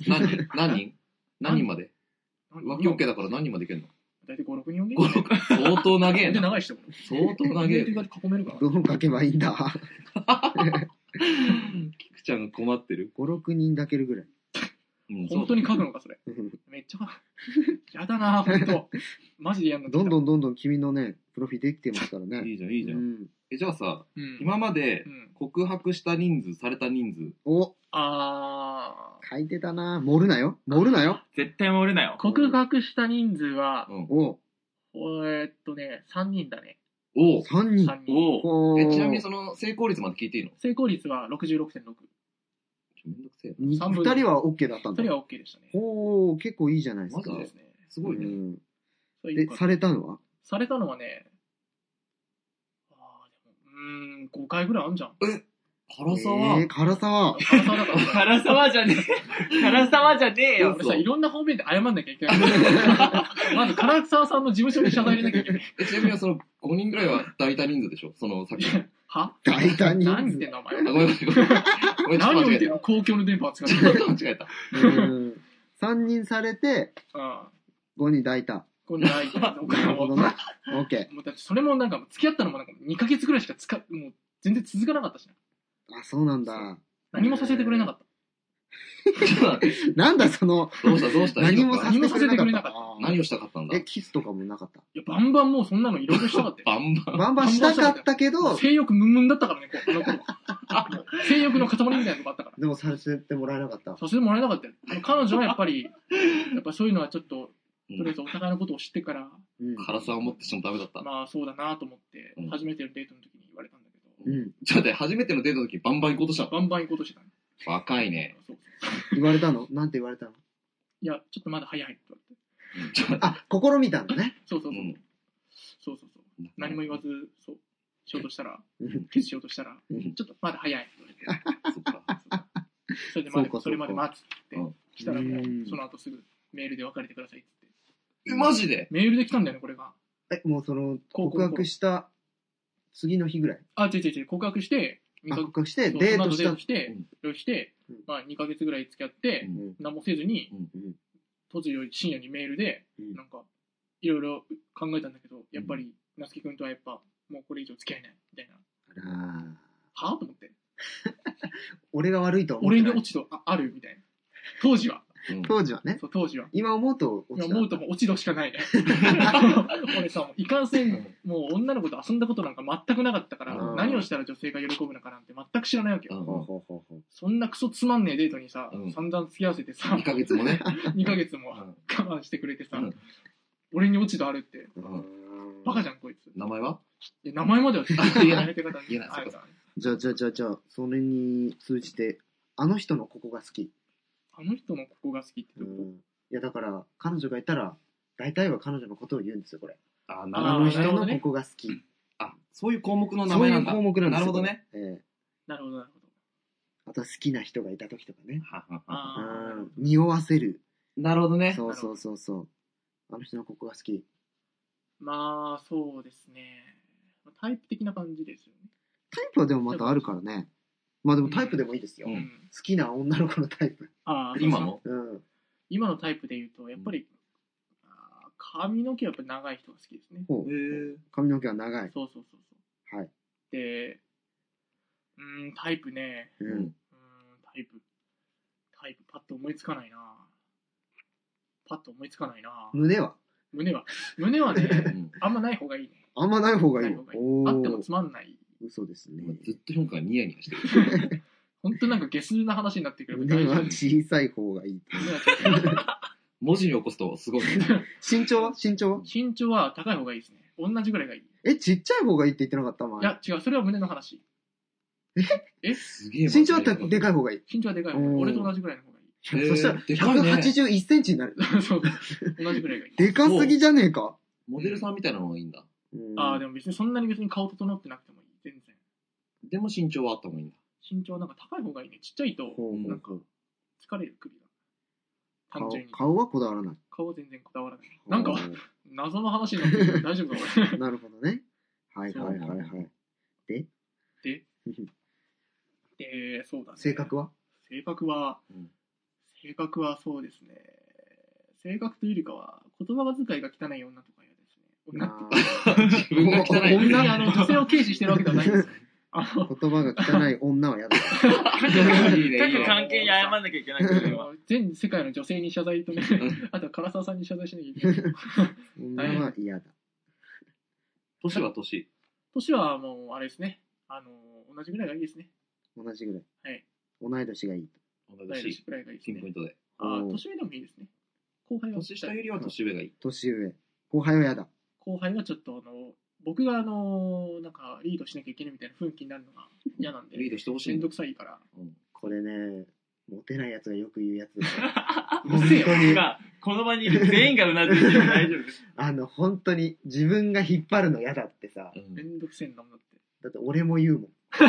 何人まで？浮気 OK だから何人までいけんの？ 大体5、6人呼んで相当長えな。 長い人も。 相当長え。 囲めるから。 どう書けばいいんだ。 キクちゃんが困ってる。 5、6人抱けるぐらい。 本当に書くのか、それ。めっちゃ、やだな、ほんと。マジでやんの。 どんどん君のね、プロフィールできてますからね。 いいじゃん。じゃあさ、今まで告白した人数、された人数。 書いてたな。盛るなよ。 絶対盛るなよ。 告白した人数は、3人だね。 3人。 ちなみにその成功率まで聞いていいの？ 成功率は 66.6。 めんどくせえ。 2人は OK だったんだ。 2人は OK でしたね。 結構いいじゃないですか。 マジですね。すごいね。 で、されたのはね、5回ぐらいあんじゃん。 唐沢唐沢じゃねえよ。 俺さ、いろんな方面で謝んなきゃいけない。まず、唐沢さんの事務所に謝罪入れなきゃいけない。 ちなみにその5人ぐらいは大体人数でしょ？そのさっきの。 は？ 大体人数。 何言ってんのお前。 ごめん。 何を言ってんの？公共の電波を使って。 間違えた。 3人されて、5人抱いた。 5人抱いた。 なるほどね。OK。 もうだってそれもなんか、付き合ったのもなんか2ヶ月ぐらいしかもう全然続かなかったしな。 あ、そうなんだ。 何もさせてくれなかった。 なんだその、 どうした何もさせてくれなかった。 何をしたかったんだ？ キスとかもなかった？ いや、バンバンもうそんなのいろいろしたかったよ。 バンバンしたかったけど、 性欲ムンムンだったからね、この頃は。性欲の塊みたいなのがあったから。 でもさせてもらえなかった。 させてもらえなかったよ。彼女はやっぱりそういうのはちょっと、とりあえずお互いのことを知ってから、 辛さを持ってしてもダメだった。 まあそうだなと思って、初めてのデートの時に言われたんだけど。 ちょっと待って、初めてのデートの時バンバン行こうとしたの？ バンバン行こうとしてたね。 若いね。 言われたの？なんて言われたの？ いや、ちょっとまだ早いって言われて。 試みたんだね。 そう。何も言わず、そう。 しようとしたら、 うんキスしようとしたら、 うんちょっとまだ早いって言われて、 そっか。 それでそうかそれまで待つってうん来たらもううんその後すぐメールで別れてくださいってマジでメールで来たんだよね、これが。 もうその、告白した次の日ぐらい。 あ、違う、告白して、 告白して、 そうデートしたその後デート。して、いろいろしてうん、 まあ2ヶ月ぐらい付き合ってう、ん何もせずに、 うん突如深夜にメールで、 うんなんか、いろいろ考えたんだけど、やっぱり、夏樹くんとはやっぱ、もうこれ以上付き合えない、みたいな。 あらーはぁと思って。 俺が悪いとは思ってない。 俺に落ち度あるみたいな。当時は。 当時はね。 そう、当時は。 今思うと落ちた。 今思うともう落ち度しかないね。俺さ、いかんせん、もう女の子と遊んだことなんか全くなかったから、 うん何をしたら女性が喜ぶのかなんて全く知らないわけよ。 うんほうほうほうほうそんなクソつまんねえデートにさ、 うん散々付き合わせてさ、 2ヶ月もね。 2ヶ月もうん我慢してくれてさ、 うん俺に落ち度あるって、バカじゃん。 ゃんこいつ。 名前はで名前まではちょっと言えないやめて方言えないあるからね。 じゃあ、それに通じて、あの人のここが好き。 あの人のここが好きってどこ、 いや、だから、彼女がいたら、大体は彼女のことを言うんですよ、これ。 あ、 あなあの人のなるほどねここが好き。 あ、そういう項目の名そういう前なんだ。 項目なんですよ。 なるほどね。 これ。 なるほど、なるほど。 あとは好きな人がいた時とかね。 はははあー、 匂わせる。 なるほどね。 そうそうそうそう。あの人のここが好き。 まあ、そうですね。タイプ的な感じですよね。 タイプはでもまたあるからね。まあでもタイプでもいいですよ。 うん好きな女の子のタイプ。 ああ、 今のうん。 今のタイプで言うと、やっぱり、髪の毛はやっぱ長い人が好きですね。 ほう。 へ髪の毛は長い。 そうそうそうそう。 はい。 で、タイプね。 うん。 タイプ、パッと思いつかないな。 胸は胸はね、 うんあんまない方がいいね。 あんまない方がいいない方がいい。 おーあってもつまんない。 嘘ですね。 ずっと評価がニヤニヤしてる。 ほんとなんか下水な話になってくる胸は大丈夫。 小さい方がいい。 胸は小さい文字に起こすとすごい。 身長は身長は高い方がいいですね。同じぐらいがいい。 ちっちゃい方がいいって言ってなかった前。 いや、違う、それは胸の話。 すげえ。 身長はでかい方がいい。 身長はでかい方がいい。 おー俺と同じぐらいの方がいい。 そしたらでかいね 181センチになる。 そう、同じぐらいがいい。 でかすぎじゃねえか。 モデルさんみたいなのがいいんだ。 でも別にそんなに別に顔整ってなくてもいい。全然。 でも身長はあった方がいいんだ。 身長はなんか高い方がいいね。ちっちゃいと、 ほうほうほうなんか疲れる首が。単純に。 顔はこだわらない。 顔は全然こだわらない。なんか、謎の話になってるけど大丈夫かこれ。 なるほどね。はいはいはいはい。でそうだね。 性格は性格は、 うん性格はそうですね。性格というよりかは、言葉遣いが汚い女とか嫌ですね。女って自分が汚い。 別に女性を軽視してるわけではないんですよ。 言葉が汚い女は嫌だ。 いいね、いいね。 各関係に謝んなきゃいけないけど、 全世界の女性に謝罪とね、あとは唐沢さんに謝罪しなきゃいけない。 女は嫌だ。 年は年。 年はもう、あれですね。同じぐらいがいいですね。 同じぐらい。 はい。 同い年がいいと。 同同いい年。 年ぐらいがいいですねピンポイ。ントで。 年上でもいいですね。後輩は年下よりは年上がいい。 年上。後輩は嫌だ。 後輩はちょっと僕がなんかリードしなきゃいけないみたいな雰囲気になるのが嫌なんで、 リードしてほしいんだめんど。くさいから。 これね、モテないやつがよく言うやつ。 うるせえよ。 今、この場にいる全員がうなずいてる大丈夫です。 本当に自分が引っ張るの嫌だってさ。 めんどくせえんだもんだって。 だって俺も言うもん。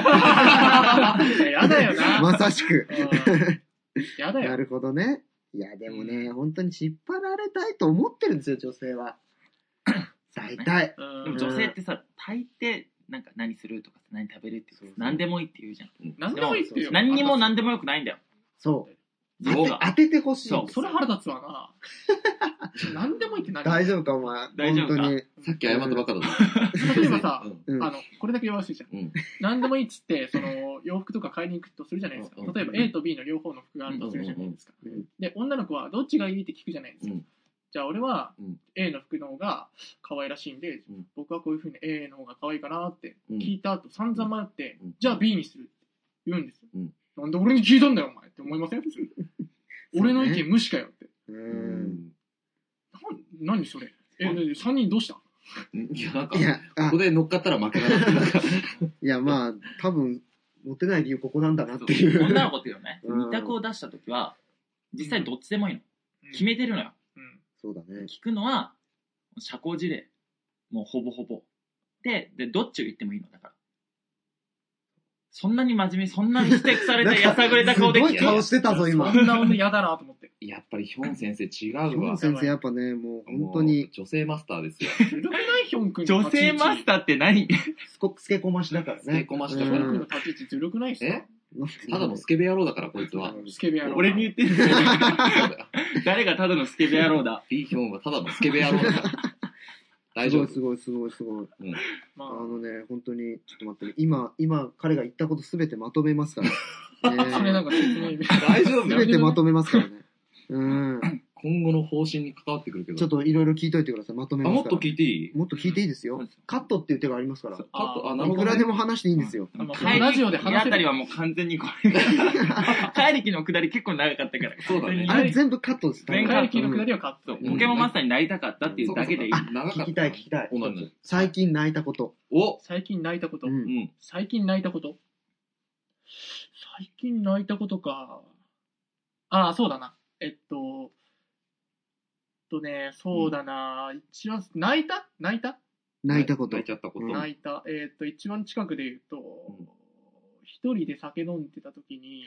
やだよな。 まさしく。 やだよ。 なるほどね。いや、でもね、本当に引っ張られたいと思ってるんですよ、女性は。大体。 でも女性ってさ、大抵、なんか何するとかさ、何食べるって言う何でもいいって言うじゃん。 何でもいいってよ。 何にも何でもよくないんだよ。 そう。 そうが。 当ててほしい。 そうそれ腹立つわな。何でもいいって何大丈夫か、お前。 大丈夫か本当に。 さっき謝ったばっかだぞ。 例えばさ、 うんこれだけ弱いじゃん。 うん何でもいいっつって、洋服とか買いに行くとするじゃないですか。例えば A と B の両方の服があるとするじゃないですかうんうんうん。 で、女の子はどっちがいいって聞くじゃないですかうん。 じゃあ俺はうん A の服の方が可愛らしいんでうん、 僕はこういう風に A の方が可愛いかなってうん聞いた後散々迷ってうん、 じゃあ B にするって言うんですようん。 なんで俺に聞いたんだよ、お前って思いません？俺の意見無視かよって。何それ3人どうしたいや、なんかい、や、 ここで乗っかったら負けだなって。なんかいや、まあ、多分、モテない理由ここなんだなっていう。 女の子っていうのね、 うん二択を出したときは、実際どっちでもいいの。決めてるのよ。 うん。 そうだね。 聞くのは、社交辞令。もうほぼほぼ。 て、で、どっちを言ってもいいのだから。そんなに真面目、そんなに指摘されてやさぐれた顔ですごい顔してたぞ、今。 そんな女嫌だなと思って。 やっぱりヒョン先生違うわ。 ヒョン先生やっぱね、もう本当に。 女性マスターですよ。 ずるくないヒョン君女性マスターって何スケコマシだからね。 スケコマシだヒョンから。 君の立ち位置ずるくないっすか？ ただのスケベ野郎だから、こいつは。 スケベ野郎。 俺に言ってるそうだよ。 誰がただのスケベ野郎だ。 リーヒョンはただのスケベ野郎だから。大丈夫。 すごい。 まあ、 本当に、ちょっと待ってね。今、彼が言ったことすべてまとめますから。 それなんか説明大丈夫すべてまとめますからね。 今後の方針に関わってくるけど。 ちょっといろいろ聞いといてください。まとめますから。 もっと聞いていい？ もっと聞いていいですよ。カットっていう手がありますから。 カット、なるほど。 いくらでも話していいんですよ。 ラジオで話せる。 あたりはもう完全にこれが。怪力の下り結構長かったから。 そうだね。 あれ全部カットです。 怪力の下りはカット。 ポケモンマスターになりたかったっていうだけでいい。 聞きたい。最近泣いたこと。 最近泣いたこと。 最近泣いたことか。ああ、そうだな。そうだな。一番、泣いたこと。 泣いちゃったこと。 泣いた。一番近くで言うと、一人で酒飲んでた時に、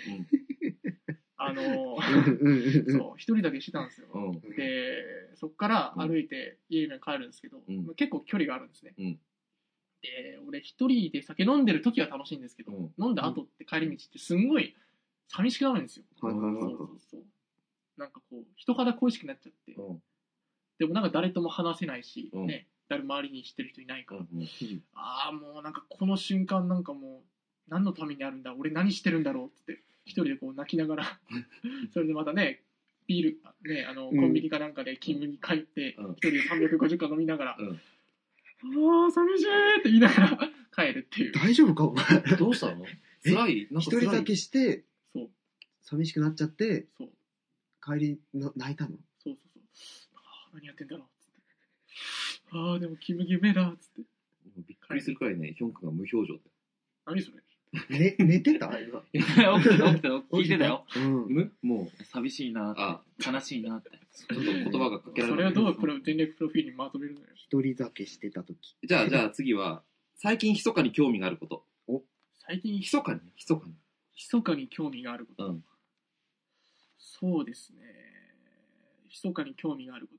そう、一人だけしてたんですよ。で、そっから歩いて家に帰るんですけど、結構距離があるんですね。で、俺一人で酒飲んでる時は楽しいんですけど、飲んだ後って帰り道ってすんごい寂しくなるんですよ。そう。なんかこう、人肌恋しくなっちゃって。でもなんか誰とも話せないし、ね、誰周りに知ってる人いないから。もうなんかこの瞬間なんかもう、何のためにあるんだ、俺何してるんだろうって一人でこう泣きながら、それでまたね、ビール、ね、コンビニかなんかで金麦帰って、一人で350缶飲みながら、寂しいって言いながら帰るっていう。 大丈夫かお前。 どうしたの？辛い？ 一人だけして、 そう。 寂しくなっちゃって、 そう。 帰り泣いたの？ そう。何やってんだろうっつって。でも金麦うめえなっつって。 びっくりするくらいね、ヒョン君が無表情で。 何それ？ 寝てた？ 起きた聞いてたよ。 もう寂しいな、悲しいなって。 ちょっと言葉がかけられない。 それはどう全力プロフィールにまとめるのよ。 一人酒してた時。 じゃあ次は、最近密かに興味があること。 最近密かに興味があること。そうですね。密かに興味があること。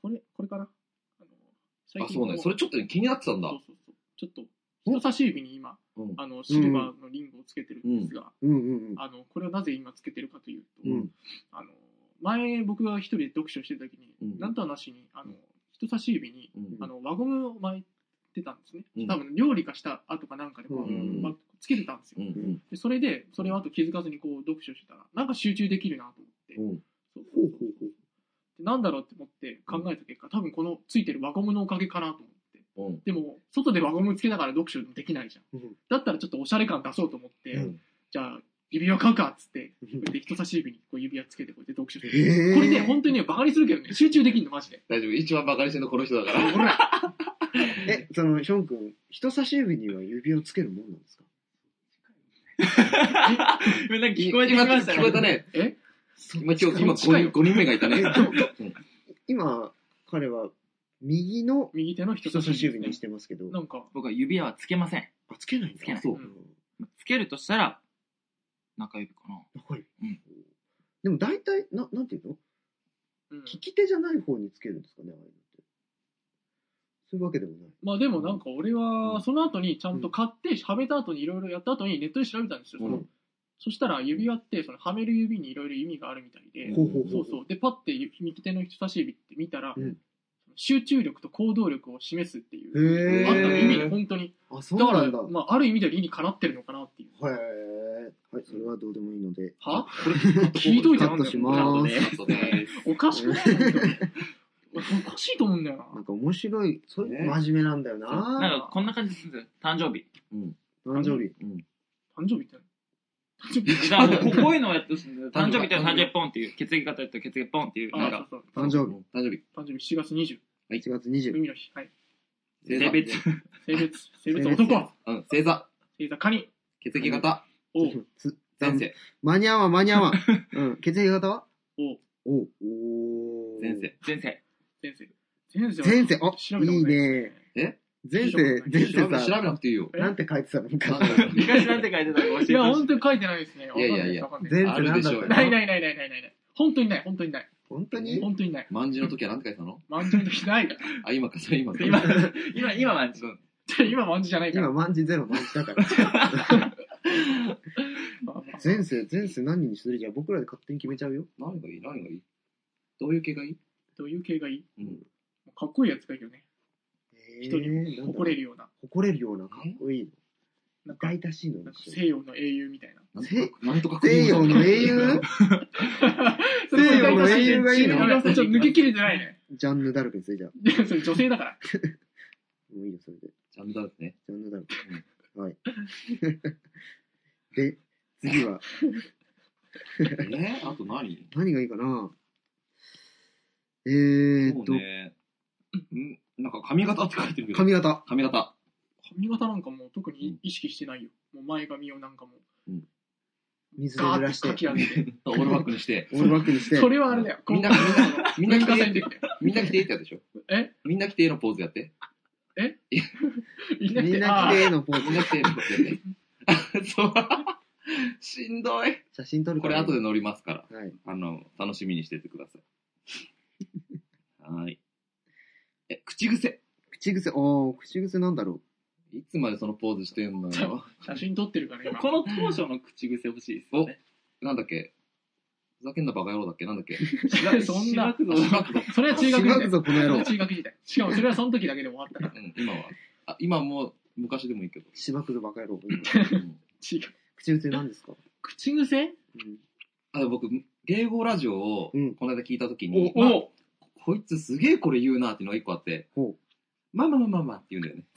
これかな。 そうね。それちょっと気になってたんだ。 そう。ちょっと、人差し指に今、シルバーのリングをつけてるんですが、これはなぜ今つけてるかというと、前僕が一人で読書してる時に、なんとはなしに、人差し指に、輪ゴムを巻いてたんですね。多分料理かした後かなんかでこう、つけてたんですよ。でそれを後気づかずにこう読書してたら、なんか集中できるなと思って、なんだろうって思って考えた結果、多分このついてる輪ゴムのおかげかなと思って。でも、外で輪ゴムつけながら読書できないじゃん。だったらちょっとおしゃれ感出そうと思って、じゃあ、指輪買うかっつって、で人差し指にこう指輪つけてこうやって読書して。これね、本当にね、バカにするけどね、集中できんの、マジで。 大丈夫。一番バカにしてるのこの人だから。 ほら。 ヒョン君、人差し指には指輪をつけるもんなんですか？ 聞こえてきましたね。 聞こえたね。今5人目がいたね。 今、彼は右手の人差し指にしてますけど。 なんか、 僕は指輪はつけません。 つけないんだ。 つけない。つけるとしたら、中指かな。 中指。でも大体、なんていうの？利き手じゃない方につけるんですかね、ああいうのって。そういうわけでもない。 まあでもなんか俺は、その後にちゃんと買って、はめた後にいろいろやった後にネットで調べたんですよ。そしたら指輪ってそのはめる指にいろいろ意味があるみたいで、そうでパッて右手の人差し指って見たら、集中力と行動力を示すっていうあったの意味で本当に。だからまあある意味では理にかなってるのかなっていう。 はい、それはどうでもいいので。 は？聞いといてなんだよ。おかしくない？おかしいと思うんだよな。 なんか面白い、そういう真面目なんだよな。 なんかこんな感じです。誕生日。 誕生日こってういうのをやってほしいんだよ。誕生日って誕生日ポンっていう、血液型やったら血液ポンっていう、なんか。 誕生日 7月20。 7月20。 海の日。はい。 性別男。 星座。 カニ。 血液型。前世。 間に合わん。血液型は前世。 前世。あ、いいね。 前世調べさ、 なくていいよ。 なんて書いてたの昔。 昔なんて書いてたか教えて。 いや、本当に書いてないですね。 いやいや前世なんだったのない。本当にない。 本当に本当にない。 万字の時はなんて書いてたの？ 万字の時ないから。 あ、今か、それ今か。 今万字。 今万字じゃないから。 今万字ゼロ万字だから。前世何にする？じゃあ僕らで勝手に決めちゃうよ。 何がいい？どういう系がいい？ どういう系がいい？ うん。 かっこいいやつがいいよね。人に誇れるような。 誇れるようなかっこいいの。 なんか痛々しいの。 なんか西洋の英雄みたいな。 なんとか西洋の英雄西洋の英雄がいいの？ ちょっと抜け切れてないね。 ジャンヌ・ダルクについては。 いや、それ女性だから。 もういいよ、それで。 ジャンヌダルクね。 ジャンヌ・ダルク。はい。で、次は。 あと何？ 何がいいかな？ そうね。なんか髪型って書いてるけど。 髪型髪型なんかもう特に意識してないよ。もう前髪をなんかもう、 水で濡らして。 ガーッてかき上げて。 オールバックにして。 オールバックにして。 それはあれだよ。 みんな着てってやつでしょ？みんな着てのポーズやって。 みんな着てのポーズ。 みんな着てのポーズやって。そう。しんどい。 写真撮るこれ後で載りますから。 はい。 楽しみにしててください。はい。口癖。 口癖なんだろう。いつまでそのポーズしてんのよ。 写真撮ってるから今。 この当初の口癖欲しいですよね。 なんだっけ？ふざけんなバカ野郎だっけ？なんだっけ？ そんな。 それは中学時代。この野郎。 中学時代。しかもそれはその時だけで終わったから。 今は。今も昔でもいいけど。 しばくぞバカ野郎。 違う。 口癖なんですか？ 口癖？ 僕、芸語ラジオをこの間聞いたときに、こいつすげえこれ言うなっていうのが一個あって、まあって言うんだよね。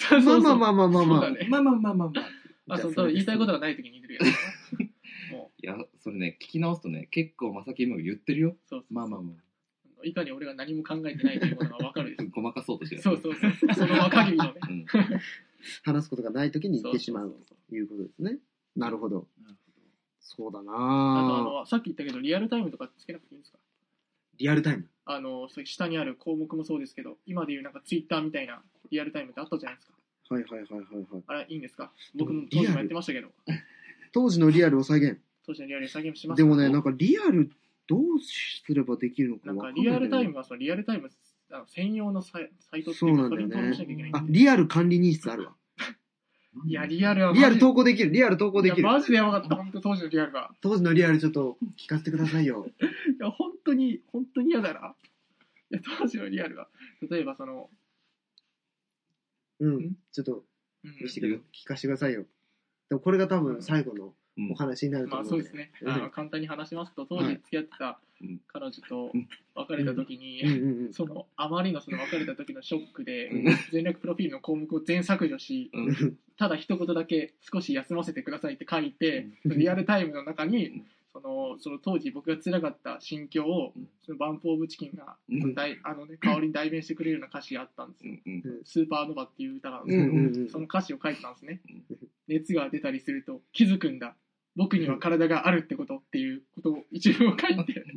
あ、そう、言いたいことがないときに言ってるやつ。 いや、それね、聞き直すとね、結構まさきも言ってるよ。 そう。 いかに俺が何も考えてないということがわかるです。 ごまかそうとしてる。 そう。その限りのね。 話すことがないときに言ってしまうということですね。なるほど。そうだなぁ。 さっき言ったけど、リアルタイムとかつけなくていいんですか？ リアルタイム？ 下にある項目もそうですけど、今でいうなんかツイッターみたいなリアルタイムってあったじゃないですか。 はい。 あれ、いいんですか？僕も当時もやってましたけど。 当時のリアルを再現。 当時のリアルを再現します。 でもね、なんかリアルどうすればできるのか分かんない。なんかリアルタイムはリアルタイム専用のサイトっていうか、それに登録しなきゃいけない。リアル管理人室あるわ。 いや、リアル投稿できる。 マジでやばかった、本当当時のリアルが。 当時のリアルちょっと聞かせてくださいよ。 いや、本当に嫌だな。いや、当時のリアルは。例えばちょっと、聞かせてくださいよ。でもこれが多分最後のお話になると思う。 そうですね。簡単に話しますと、当時付き合ってた彼女と別れた時に、あまりの別れた時のショックで、全略プロフィールの項目を全削除し、ただ一言だけ少し休ませてくださいって書いて、リアルタイムの中に、その当時僕が辛かった心境を、バンプオブチキンが、代わりに代弁してくれるような歌詞があったんですよ。スーパーノバっていう歌があるんですけど、その歌詞を書いてたんですね。熱が出たりすると気づくんだ。僕には体があるってことっていうことを一文を書いて、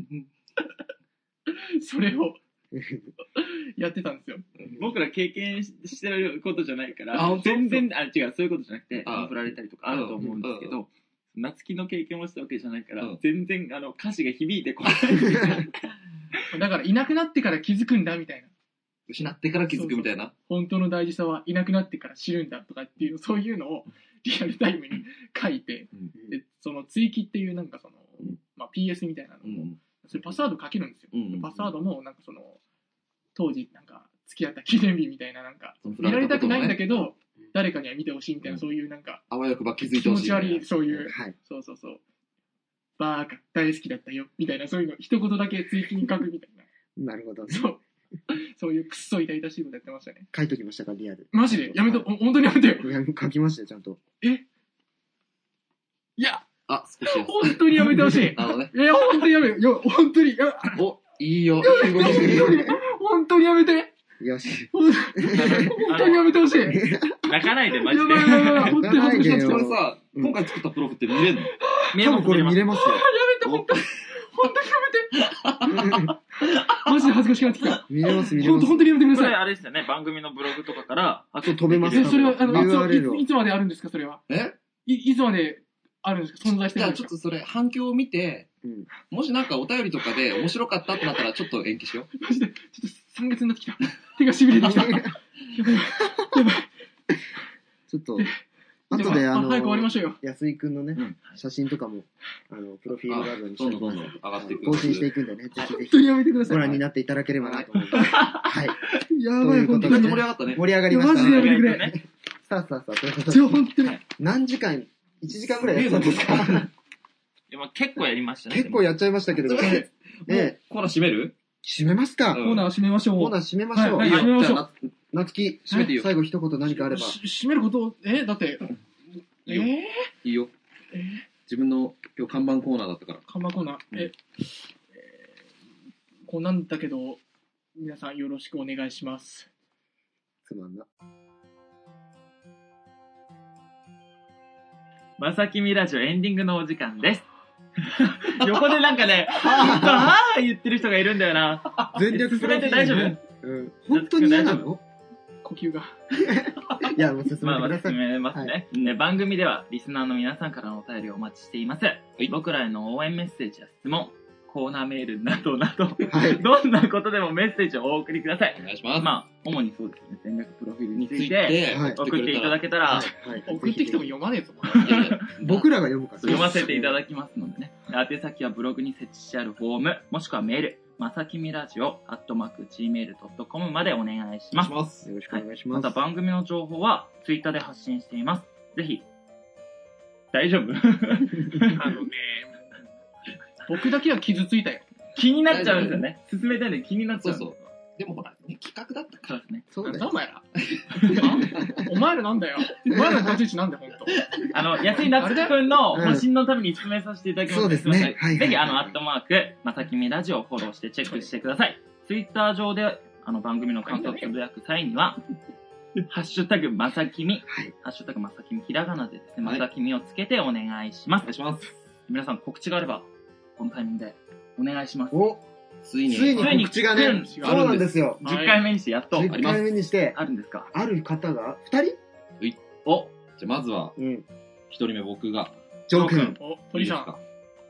それをやってたんですよ。 僕ら経験してることじゃないから、全然、違う、そういうことじゃなくて、振られたりとかあると思うんですけど、夏希の経験をしたわけじゃないから、全然歌詞が響いてこない。 だから、いなくなってから気づくんだみたいな。 失ってから気づくみたいな。 本当の大事さはいなくなってから知るんだとかっていう、そういうのをリアルタイムに書いて、でその追記っていうなんかPS みたいなのも、それパスワード書けるんですよ。パスワードもなんか当時なんか付き合った記念日みたいななんか、見られたくないんだけど、誰かには見てほしいみたいな、そういうなんか、 あわよくば気づいてほしい。 気持ち悪い、そういう、そう。バーカ、大好きだったよ、みたいな、そういうの一言だけ追記に書くみたいな。なるほど。 そういうくっそ痛々しいことやってましたね。 書いときましたか、リアル。 マジでやめと、本当にやめてよ。 書きましたよ、ちゃんと。 いや、 少し本当にやめてほしい。 なるほどね。 いや、本当にやめよ。本当に。 いいよ。 本当にやめて。 よし。 本当にやめてほしい。 泣かないで、マジで。 本当にやめてほしい。 これさ、今回作ったプロフって見れるの？ 多分これ見れますよ。 やめて、本当にやめて。ママジで恥ずかしくなってきた。 見れます、見れます。 本当にやめてくだこれさい。 あれですよね、番組のブログとかから、 飛べます。 それは、 URL を。 いつまであるんですか、それは。いつまであるんですか、存在してるんですか。 じゃあちょっとそれ、反響を見て、もしなんかお便りとかで面白かったってなったら、ちょっと延期しよう。 マジで、ちょっと3月になってきた。手が痺れてきた。やばい。 ちょっと、後で早く終わりましょうよ。 安井くんのね、写真とかも、プロフィール画像にして、 どんどん上がっていく。 更新していくんでね、ぜひぜひ。 本当にやめてください。 ご覧になっていただければなと思います。はい。 やばい、本当に。 盛り上がったね。 盛り上がりました。 マジでやめてくれ。 さあ、ということで。本当に。 何時間、1時間ぐらいやったんですか？ 結構やりましたね。 結構やっちゃいましたけれど。 コーナー閉める？ 閉めますか。 コーナー閉めましょう。 コーナー閉めましょう。 はい、閉めましょう。 夏希、 閉めていいよ。 最後一言何かあれば。 閉めること、だって、 いいよ。自分の今日看板コーナーだったから。 看板コーナー。こうなんだけど、皆さんよろしくお願いします。 つまんな。 まさきみラジオエンディングのお時間です。横でなんかね、はぁ言ってる人がいるんだよな。 全力進めて大丈夫？ 本当に嫌なの？ 呼吸が。 いや、もう進めてください。 進めますね。番組ではリスナーの皆さんからのお便りをお待ちしています。僕らへの応援メッセージや質問、コーナーメールなどなど、どんなことでもメッセージをお送りください。 お願いします。 主にそうですね、戦略プロフィールについて送っていただけたら、 送ってきても読まねえぞ。 僕らが読むから読ませていただきますのでね。宛先はブログに設置してあるフォーム、もしくはメール、まさきみラジオ@gmail.com までお願いします。 よろしくお願いします。 また番組の情報はツイッターで発信しています。ぜひ、大丈夫？ 僕だけは傷ついたよ。 気になっちゃうんですよね。進めたいんで気になっちゃう。 そう。でもほら、企画だったからね。 そうだよ。 お前ら。お前らなんだよ。お前らの立ち位置なんだよ、ほんと。 安井夏樹くんの保身のために進めさせていただきます。 そうですね。 ぜひ、まさきみラジオをフォローしてチェックしてください。ツイッター上で、番組の感想をつぶやく際には、ハッシュタグまさきみ、ハッシュタグまさきみ、ひらがなでですね、まさきみをつけてお願いします。 お願いします。 皆さん告知があれば、このタイミングでお願いします。 ついに告知がね、そうなんですよ。 10回目にしてやっと。 10回目にして、 あるんですか？ ある方が、2人？ お、じゃあまずは、1人目僕が。 ジョー君。 鳥さん。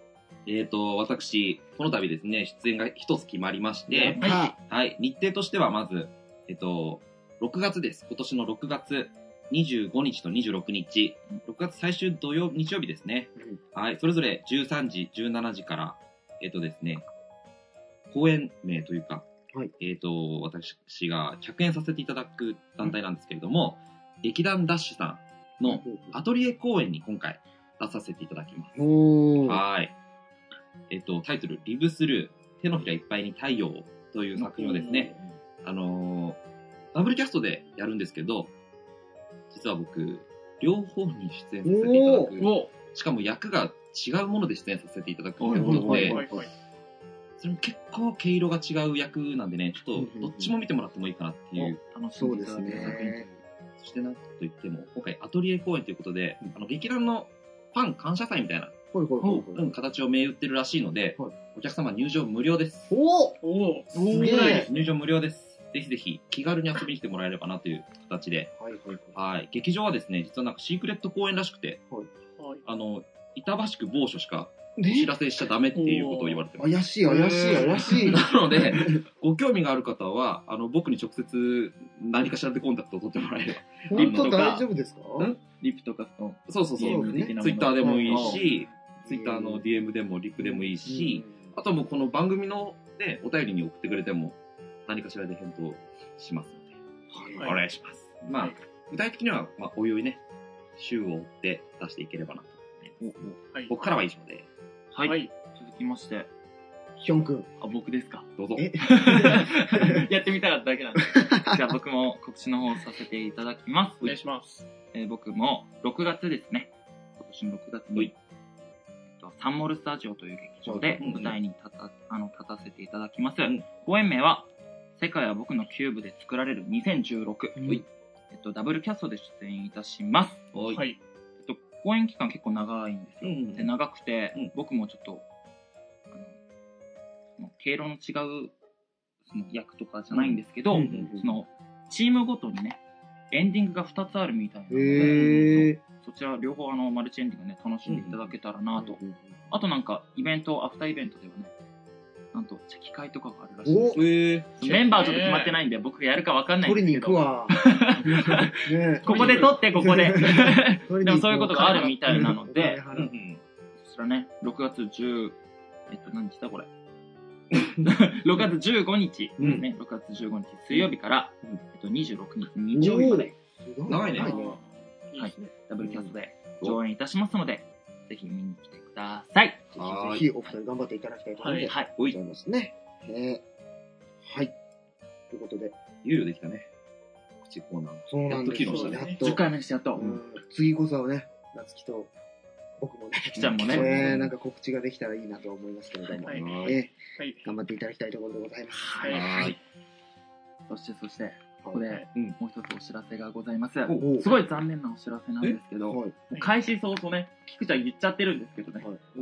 私、この度ですね、出演が一つ決まりまして、はい、日程としてはまず、6月です。今年の6月25日と26日、6月最終日曜日ですね。はい、それぞれ13時、17時から、ですね、公演名というか、私が客演させていただく団体なんですけれども、劇団ダッシュさんのアトリエ公演に今回出させていただきます。はい。タイトル、リブスルー、手のひらいっぱいに太陽という作品をですね、ダブルキャストでやるんですけど、実は僕、両方に出演させていただく。しかも役が違うもので出演させていただくということで、それも結構毛色が違う役なんでね、ちょっとどっちも見てもらってもいいかなっていう。 楽しみにいただける作品。 そしてなんといっても、今回アトリエ公演ということで、劇団のファン感謝祭みたいな形を銘打ってるらしいので、お客様入場無料です。 すげえ。 入場無料です。ぜひぜひ気軽に遊びに来てもらえればなという形で、劇場はですね、実はなんかシークレット公演らしくて、板橋区某所しかお知らせしちゃダメっていうことを言われてます。 怪しい。なので、ご興味がある方は、僕に直接何かしらでコンタクトを取ってもらえれば。 本当大丈夫ですか？ リプとかそう。ツイッターでもいいし、ツイッターの DM でもリプでもいいし、あともうこの番組のね、お便りに送ってくれても何かしらで返答しますので、お願いします。まあ、具体的には、おいおいね、週を追って出していければなと思います。僕からは以上で。 はい。続きまして。 ヒョン君。 僕ですか。 どうぞ。 やってみたかっただけなんで。じゃあ僕も告知の方させていただきます。 お願いします。 僕も6月ですね。今年の6月に、サンモルスタジオという劇場で舞台に立たせていただきます。公演名は、世界は僕のキューブで作られる2016。ダブルキャストで出演いたします。 はい。 公演期間結構長いんですよ。で、長くて、僕もちょっと、毛色の違うその役とかじゃないんですけど、その、チームごとにね、エンディングが2つあるみたいなので、そちら両方マルチエンディングね、楽しんでいただけたらなと。あとなんか、アフターイベントではね、なんと、チェキ会とかがあるらしいです。メンバーちょっと決まってないんで、僕がやるかわかんないんですけど。取りに行くわ。ここで撮って、ここで。でもそういうことがあるみたいなので、そちらね、6月10、何日だこれ。6月15日、ね、6月15日水曜日から、26日日曜日まで。 長いね。 はい。ダブルキャストで上演いたしますので、ぜひ見に来てください。 ぜひお二人頑張っていただきたいと思いますね。はい。ということで。 いよいよできたね。告知コーナー。 そうなんですよ。 やっと。10回目にしてやっと。 次こそはね、夏希と僕もね、 きちゃんもね、 なんか告知ができたらいいなと思いますけれども、頑張っていただきたいところでございます。 はい。そして、ここでもう一つお知らせがございます。すごい残念なお知らせなんですけど、開始早々ね、菊ちゃん言っちゃってるんですけどね。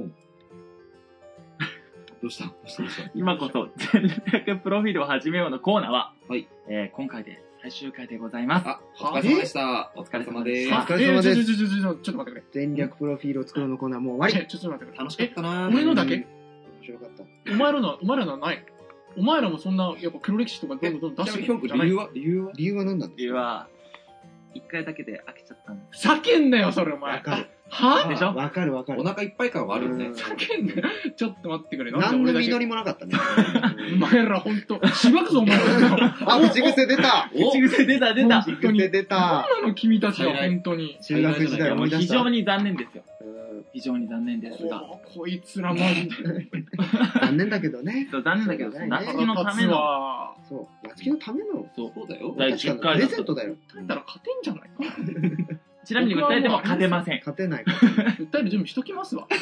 どうした今こそ、全力プロフィールを始めようのコーナーは、今回で最終回でございます。 お疲れ様でした。お疲れ様です。 お疲れ様です。 ちょっと待ってくれ。 全力プロフィールを作るのコーナーもう終わり。 ちょっと待ってくれ。 楽しかったな。 俺のだけ？ 面白かった。 お前らのない。お前らもそんな、やっぱ黒歴史とかどんどん出してくる。 理由は何だったんですか？ 理由は、一回だけで飽きちゃったんです。 叫んだよ、それお前。 わかる。 はでしょ？ わかる。 お腹いっぱい感はあるよね。 叫んだよ。ちょっと待ってくれ。 何の実りもなかったね。 お前らほんと、しばくぞお前ら。 あ、口癖出た。 口癖出た。 口癖出た。 何なの君たちはほんとに。 中学時代思い出した。 非常に残念ですよ。非常に残念ですが。 こいつらマジで。 残念だけどね。 そう、残念だけど、夏希のための。 そう、夏希のための。 そうだよ。 第10回プレゼントだよ。 訴えたら勝てんじゃないか。 ちなみに訴えても勝てません。 勝てない。 訴える準備しときますわ。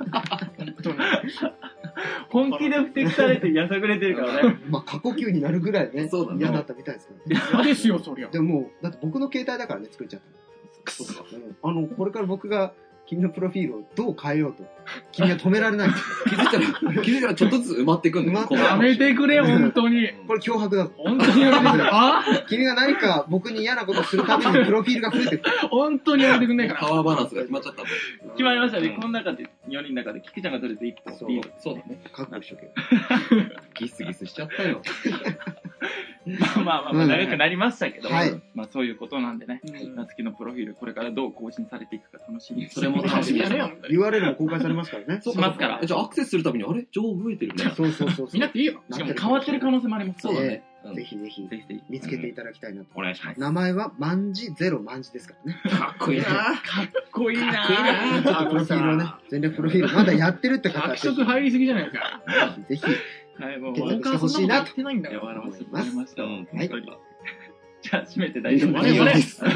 本気で不適されてやさぐれてるからね。 まあ、過呼吸になるぐらいね、嫌だったみたいですからね。 嫌ですよ、そりゃ。 でも、だって僕の携帯だからね、作っちゃったの。これから僕が、君のプロフィールをどう変えようと。君は止められない。 気づいたらちょっとずつ埋まっていくんだよ。 やめてくれ、本当に。 これ脅迫だぞ。 本当にやめてくれ。 君が何か僕に嫌なことするたびにプロフィールが増えてくる。 本当にやめてくんないから。 パワーバランスが決まっちゃったんだよ。 決まりましたね。この中で、4人の中で、キクちゃんがとりあえず1個リード。 そうだね。 覚悟しとけよ。 ギスギスしちゃったよ。 まあ、長くなりましたけど、まあそういうことなんでね、夏希のプロフィール、これからどう更新されていくか楽しみに。 それも楽しみです。 URL も公開されますからね。 しますから。 じゃあアクセスするたびに、あれ情報増えてるね。 そう。 見なくていいよ。 しかも変わってる可能性もあります。 そうだね。 ぜひ見つけていただきたいなと。 お願いします。 名前は万字ゼロ万字ですからね。 かっこいいな。 かっこいいな。 ちょっとプロフィールをね、全力プロフィールまだやってるって方は。 脚色入りすぎじゃないですか。 ぜひ、 はい、もう、 検索してほしいなと。 笑わせてもらいました。はい。じゃあ、閉めて大大丈夫丈夫で。 ですす。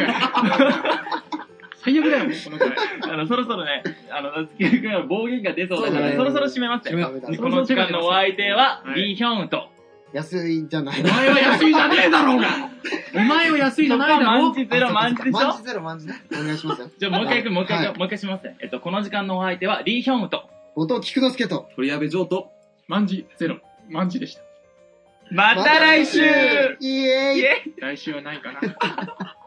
最悪だよ、この回。 そろそろね、夏希君は暴言が出そうだから、そろそろ閉めますよ。この時間のお相手は、リーヒョンウと。 安いじゃない。 お前は安いじゃねえだろうが。お前は安いじゃないだろう。 万字ゼロ万字でしょ。 万字ゼロ万字ね。お願いしますよ。 じゃあもう一回行く、もう一回しますね。この時間のお相手は、リーヒョンウと。 後藤菊之助と。 鳥矢部城と。 万字ゼロ万字でした。 また来週イエーイ来週はないかな。